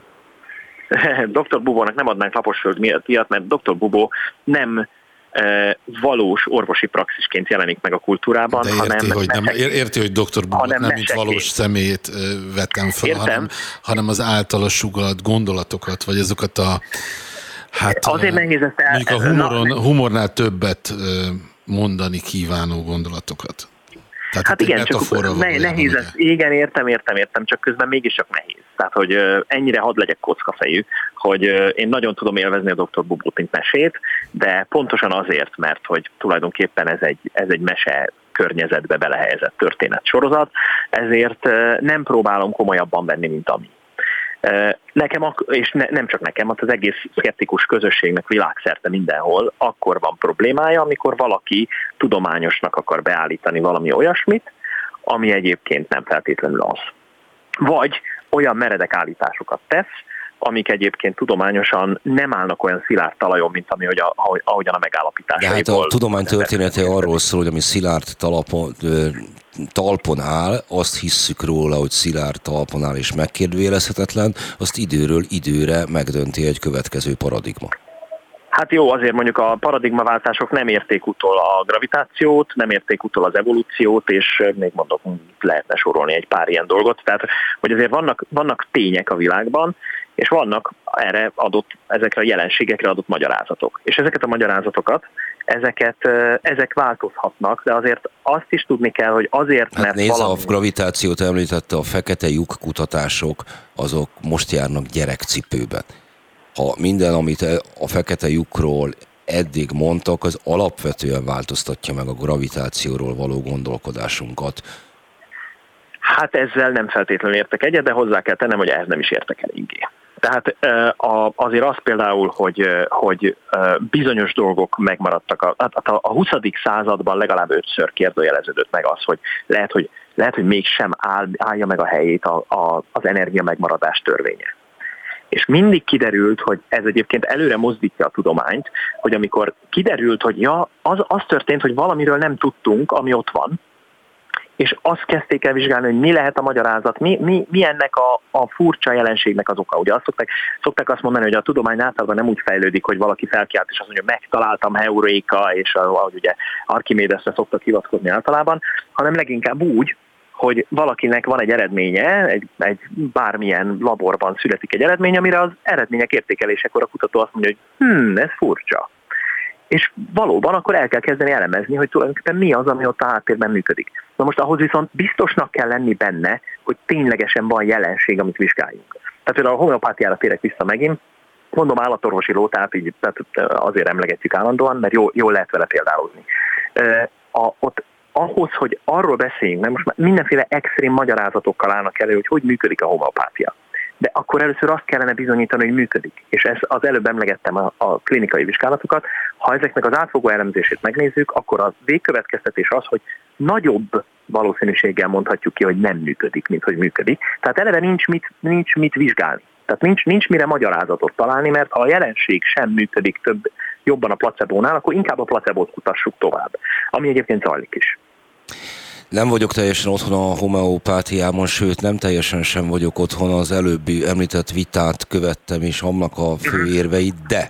Dr. Bubónak nem adnánk Laposföld díjat, mert Dr. Bubó nem valós orvosi praxisként jelenik meg a kultúrában, de érti, hogy Dr. Bubót nem mint valós személyét vettem fel, hanem az általa sugalt gondolatokat, vagy azokat a azért nehéz ezt mondjuk a humornál többet mondani kívánó gondolatokat. Tehát hát igen, csak nehéz ez. Igen, értem, csak közben mégiscsak nehéz. Tehát, hogy ennyire hadd legyek kockafejű, hogy én nagyon tudom élvezni a Dr. Bubót, mint mesét, de pontosan azért, mert hogy tulajdonképpen ez egy mese környezetbe belehelyezett történetsorozat, ezért nem próbálom komolyabban venni, mint ami. Nekem, és nem csak nekem, az egész szkeptikus közösségnek világszerte mindenhol akkor van problémája, amikor valaki tudományosnak akar beállítani valami olyasmit, ami egyébként nem feltétlenül az. Vagy olyan meredek állításokat tesz, amik egyébként tudományosan nem állnak olyan szilárd talajon, mint ahogyan a megállapításaiból. De hát a tudomány története arról szól, hogy ami szilárd talpon áll, azt hisszük róla, hogy szilárd talpon áll és megkérdőjelezhetetlen, azt időről időre megdönti egy következő paradigma. Hát jó, azért mondjuk a paradigmaváltások nem érték utol a gravitációt, nem érték utol az evolúciót, és még mondok, lehetne sorolni egy pár ilyen dolgot. Tehát, hogy azért vannak tények a világban, és vannak ezekre a jelenségekre adott magyarázatok. És ezeket a magyarázatokat, ezek változhatnak, de azért azt is tudni kell, hogy azért, mert a gravitációt említette, a fekete lyuk kutatások, azok most járnak gyerekcipőben. Ha minden, amit a fekete lyukról eddig mondtak, az alapvetően változtatja meg a gravitációról való gondolkodásunkat. Hát ezzel nem feltétlenül értek egyet, de hozzá kell tennem, hogy ehhez nem is értek eléggé. Tehát azért az például, hogy bizonyos dolgok megmaradtak. A 20. században legalább 5-ször kérdőjeleződött meg az, hogy lehet, hogy mégsem állja meg a helyét az energia megmaradás törvénye. És mindig kiderült, hogy ez egyébként előre mozdítja a tudományt, hogy amikor kiderült, hogy az történt, hogy valamiről nem tudtunk, ami ott van, és azt kezdték el vizsgálni, hogy mi lehet a magyarázat, mi ennek a furcsa jelenségnek az oka. Ugye szokták azt mondani, hogy a tudomány általában nem úgy fejlődik, hogy valaki felkiált, és azt mondja, hogy megtaláltam, heuréka, és ahogy ugye Archimédesre szoktak hivatkozni általában, hanem leginkább úgy, hogy valakinek van egy eredménye, egy bármilyen laborban születik egy eredmény, amire az eredmények értékelésekor a kutató azt mondja, hogy ez furcsa. És valóban akkor el kell kezdeni elemezni, hogy tulajdonképpen mi az, ami ott a háttérben működik. Na most ahhoz viszont biztosnak kell lenni benne, hogy ténylegesen van jelenség, amit vizsgáljunk. Tehát például a homeopátiára térek vissza megint, mondom állatorvosi lótát, így tehát azért emlegetjük állandóan, mert jól lehet vele példálozni. Ott ahhoz, hogy arról beszéljünk, mert most már mindenféle extrém magyarázatokkal állnak elő, hogy működik a homeopátia. De akkor először azt kellene bizonyítani, hogy működik. És ez az előbb emlegettem a klinikai vizsgálatokat. Ha ezeknek az átfogó elemzését megnézzük, akkor a végkövetkeztetés az, hogy nagyobb valószínűséggel mondhatjuk ki, hogy nem működik, mint hogy működik. Tehát eleve nincs mit vizsgálni. Tehát nincs mire magyarázatot találni, mert ha a jelenség sem működik jobban a placebónál, akkor inkább a placebót kutassuk tovább. Ami egyébként zajlik is. Nem vagyok teljesen otthon a homeopátiában, sőt nem teljesen sem vagyok otthon, az előbbi említett vitát követtem és annak a fő érveit, de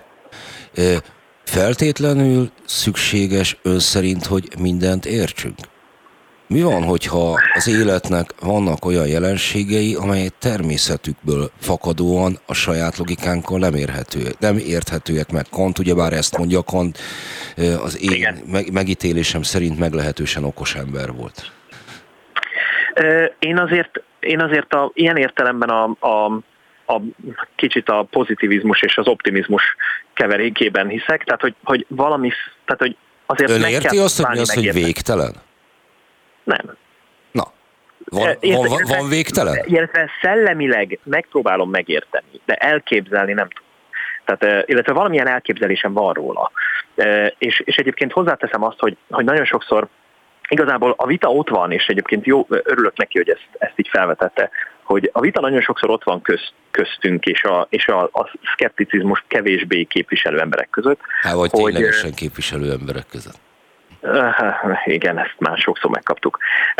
feltétlenül szükséges ön szerint, hogy mindent értsünk? Mi van, hogyha az életnek vannak olyan jelenségei, amelyek természetükből fakadóan a saját logikánkkal nem érthetőek meg? Kant ugyebár ezt mondja, Kant az én megítélésem szerint meglehetősen okos ember volt. Én azért ilyen értelemben a kicsit a pozitivizmus és az optimizmus keverékében hiszek, tehát hogy valami, tehát hogy azért ön érti azt, hogy mi az, hogy végtelen? Nem. Na, van végtelen? Illetve szellemileg megpróbálom megérteni, de elképzelni nem tudom. Tehát, illetve valamilyen elképzelésem van róla. És egyébként hozzáteszem azt, hogy nagyon sokszor igazából a vita ott van, és egyébként örülök neki, hogy ezt így felvetette, hogy a vita nagyon sokszor ott van köztünk és a szkepticizmus kevésbé képviselő emberek között. Vagy ténylegesen képviselő emberek között. Igen, ezt már sokszor megkaptuk.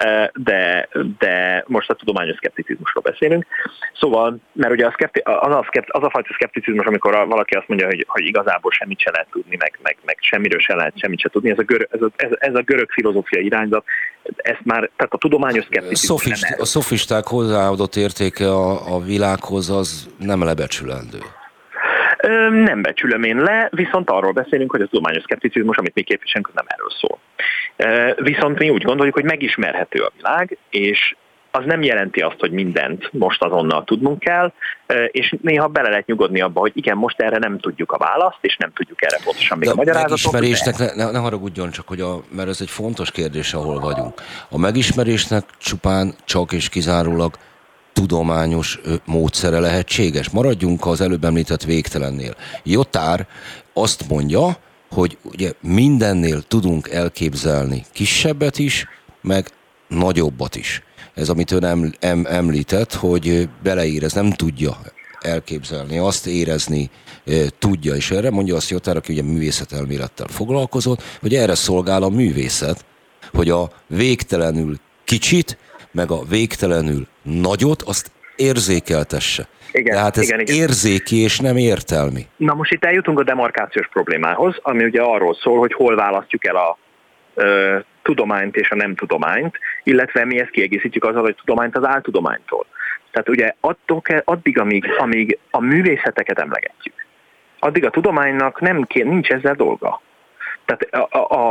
De most a tudományos szkepticizmusról beszélünk. Szóval, mert ugye az a fajta szkepticizmus, amikor valaki azt mondja, hogy igazából semmit se lehet tudni, meg semmiről se lehet semmit se tudni, ez a görög filozófia irányzat, ezt már, tehát a tudományos szkepticizmus a szofisták hozzáadott értéke a világhoz az nem lebecsülendő. Nem becsülöm én le, viszont arról beszélünk, hogy a tudományos szkepticizmus, amit mi képviselünk, nem erről szól. Viszont mi úgy gondoljuk, hogy megismerhető a világ, és az nem jelenti azt, hogy mindent most azonnal tudnunk kell, és néha bele lehet nyugodni abba, hogy igen, most erre nem tudjuk a választ, és nem tudjuk erre pontosan még a magyarázatot. A megismerésnek, ne haragudjon csak, mert ez egy fontos kérdés, ahol vagyunk. A megismerésnek csak és kizárólag tudományos módszere lehetséges. Maradjunk az előbb említett végtelennél. Lyotard azt mondja, hogy ugye mindennél tudunk elképzelni kisebbet is, meg nagyobbat is. Ez, amit ön említett, hogy beleérez, nem tudja elképzelni, azt érezni tudja, és erre mondja azt Lyotard, aki ugye művészetelmélettel foglalkozott, hogy erre szolgál a művészet, hogy a végtelenül kicsit, meg a végtelenül nagyot, azt érzékeltesse. Igen, tehát ez igen. érzéki és nem értelmi. Na most itt eljutunk a demarkációs problémához, ami ugye arról szól, hogy hol választjuk el a tudományt és a nem tudományt, illetve mi ezt kiegészítjük azzal, hogy tudományt az áltudománytól. Tehát ugye addig, amíg a művészeteket emlegetjük, addig a tudománynak nincs ezzel dolga. Tehát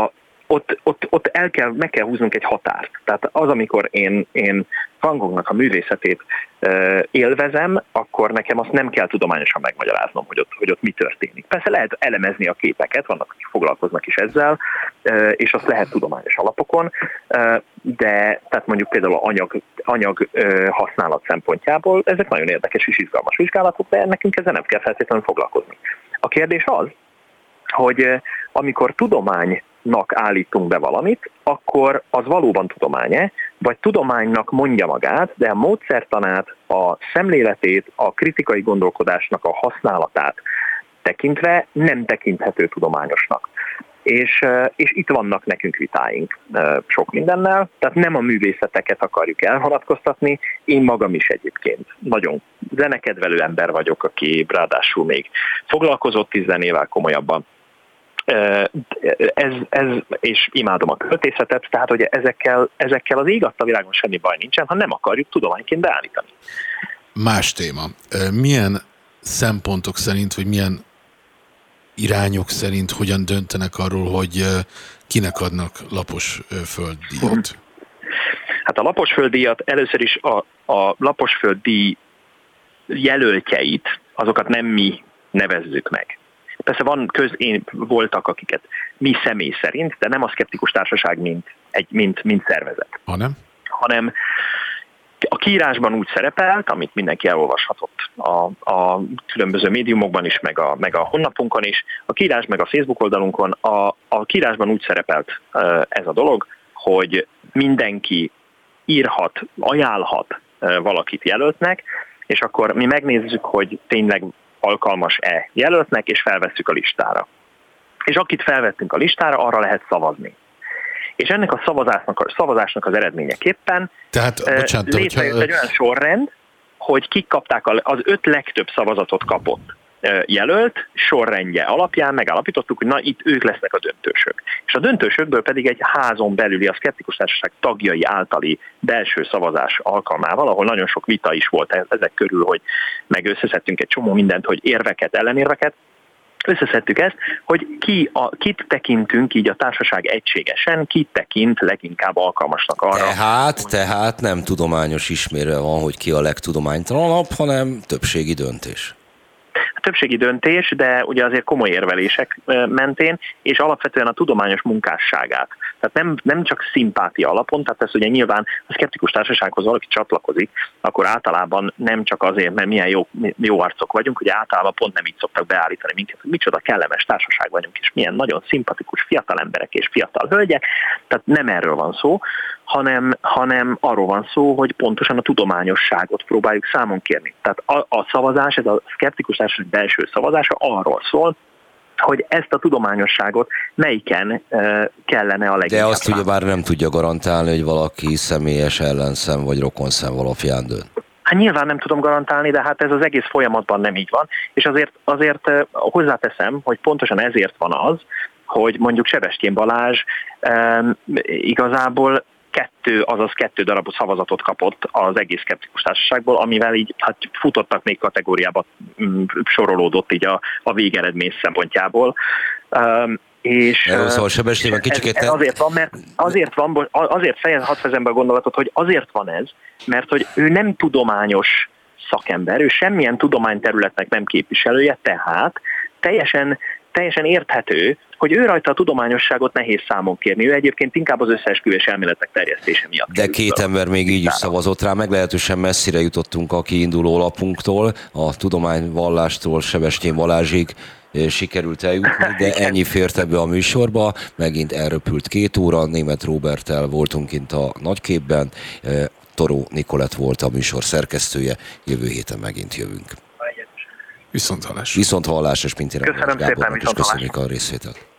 ott meg kell húznunk egy határt. Tehát az, amikor én Van Goghnak a művészetét élvezem, akkor nekem azt nem kell tudományosan megmagyaráznom, hogy ott mi történik. Persze lehet elemezni a képeket, vannak, akik foglalkoznak is ezzel, és azt lehet tudományos alapokon, de tehát mondjuk például a anyag használat szempontjából ezek nagyon érdekes és izgalmas vizsgálatok, de nekünk ezzel nem kell feltétlenül foglalkozni. A kérdés az, hogy amikor tudománynak állítunk be valamit, akkor az valóban tudomány-e, vagy tudománynak mondja magát, de a módszertanát, a szemléletét, a kritikai gondolkodásnak a használatát tekintve nem tekinthető tudományosnak. És itt vannak nekünk vitáink sok mindennel, tehát nem a művészeteket akarjuk elvonatkoztatni, én magam is egyébként nagyon zenekedvelő ember vagyok, aki ráadásul még foglalkozott 10 évvel komolyabban. És imádom a költészetet, tehát hogy ezekkel az ég adta világon semmi baj nincsen, ha nem akarjuk tudományként beállítani. Más téma. Milyen szempontok szerint, vagy milyen irányok szerint hogyan döntenek arról, hogy kinek adnak lapos földdíjat? Hát a lapos földdíjat először is a lapos földdíj jelöltjeit, azokat nem mi nevezzük meg. Persze voltak, akiket mi személy szerint, de nem a Szkeptikus Társaság, mint szervezet. Hanem a kiírásban úgy szerepelt, amit mindenki elolvashatott a különböző médiumokban is, meg a honlapunkon is, a kiírás meg a Facebook oldalunkon, a kiírásban úgy szerepelt ez a dolog, hogy mindenki írhat, ajánlhat valakit jelöltnek, és akkor mi megnézzük, hogy tényleg alkalmas-e jelöltnek, és felvesszük a listára. És akit felvettünk a listára, arra lehet szavazni. És ennek a szavazásnak az eredményeképpen létrejött egy olyan sorrend, hogy kik kapták az 5 legtöbb szavazatot kapott jelölt sorrendje alapján megállapítottuk, hogy na itt ők lesznek a döntősök. És a döntősökből pedig egy házon belüli, a Szkeptikus Társaság tagjai általi belső szavazás alkalmával, ahol nagyon sok vita is volt ezek körül, hogy meg összeszedtünk egy csomó mindent, hogy érveket, ellenérveket, összeszedtük ezt, hogy kit tekintünk így a társaság egységesen, kit tekint leginkább alkalmasnak arra. Tehát nem tudományos ismérve van, hogy ki a legtudománytalanabb, hanem többségi döntés. Többségi döntés, de ugye azért komoly érvelések mentén, és alapvetően a tudományos munkásságát. Tehát nem csak szimpátia alapon, tehát ez ugye nyilván a Szkeptikus Társasághoz valaki csatlakozik, akkor általában nem csak azért, mert milyen jó arcok vagyunk, ugye általában pont nem így szoktak beállítani minket, hogy micsoda kellemes társaság vagyunk, és milyen nagyon szimpatikus fiatal emberek és fiatal hölgyek, tehát nem erről van szó, hanem arról van szó, hogy pontosan a tudományosságot próbáljuk számon kérni. Tehát a szavazás, ez a Szkeptikus Társaság belső szavazása arról szól, hogy ezt a tudományosságot melyiken kellene a leginkább. De azt ugyebár nem tudja garantálni, hogy valaki személyes ellenszem vagy rokonszem alapján dönt. Hát nyilván nem tudom garantálni, de hát ez az egész folyamatban nem így van, és azért hozzáteszem, hogy pontosan ezért van az, hogy mondjuk Sebestyén Balázs igazából 2 darab szavazatot kapott az egész Szkeptikus Társaságból, amivel így futottak még kategóriába, sorolódott így a végeredmény szempontjából. Szóval Sebestyén kicsikét... Azért van, mert hadd fejezem be a gondolatot, hogy azért van ez, mert hogy ő nem tudományos szakember, ő semmilyen tudományterületnek nem képviselője, tehát teljesen érthető, hogy ő rajta a tudományosságot nehéz számon kérni. Ő egyébként inkább az összeesküvés elméletek terjesztése miatt. De 2 ember még így is szavazott rá, meglehetősen messzire jutottunk a kiinduló lapunktól, a tudományvallástól Sebestyén Balázsig sikerült eljutni, de ennyi fért ebbe a műsorba, megint elröpült 2 óra, Németh Róberttel voltunk kint a Nagyképben, Toró Nikolett volt a műsor szerkesztője, jövő héten megint jövünk. Viszonthallás. Viszonthallás, és Pintér Gábornak is köszönjük a részvételt.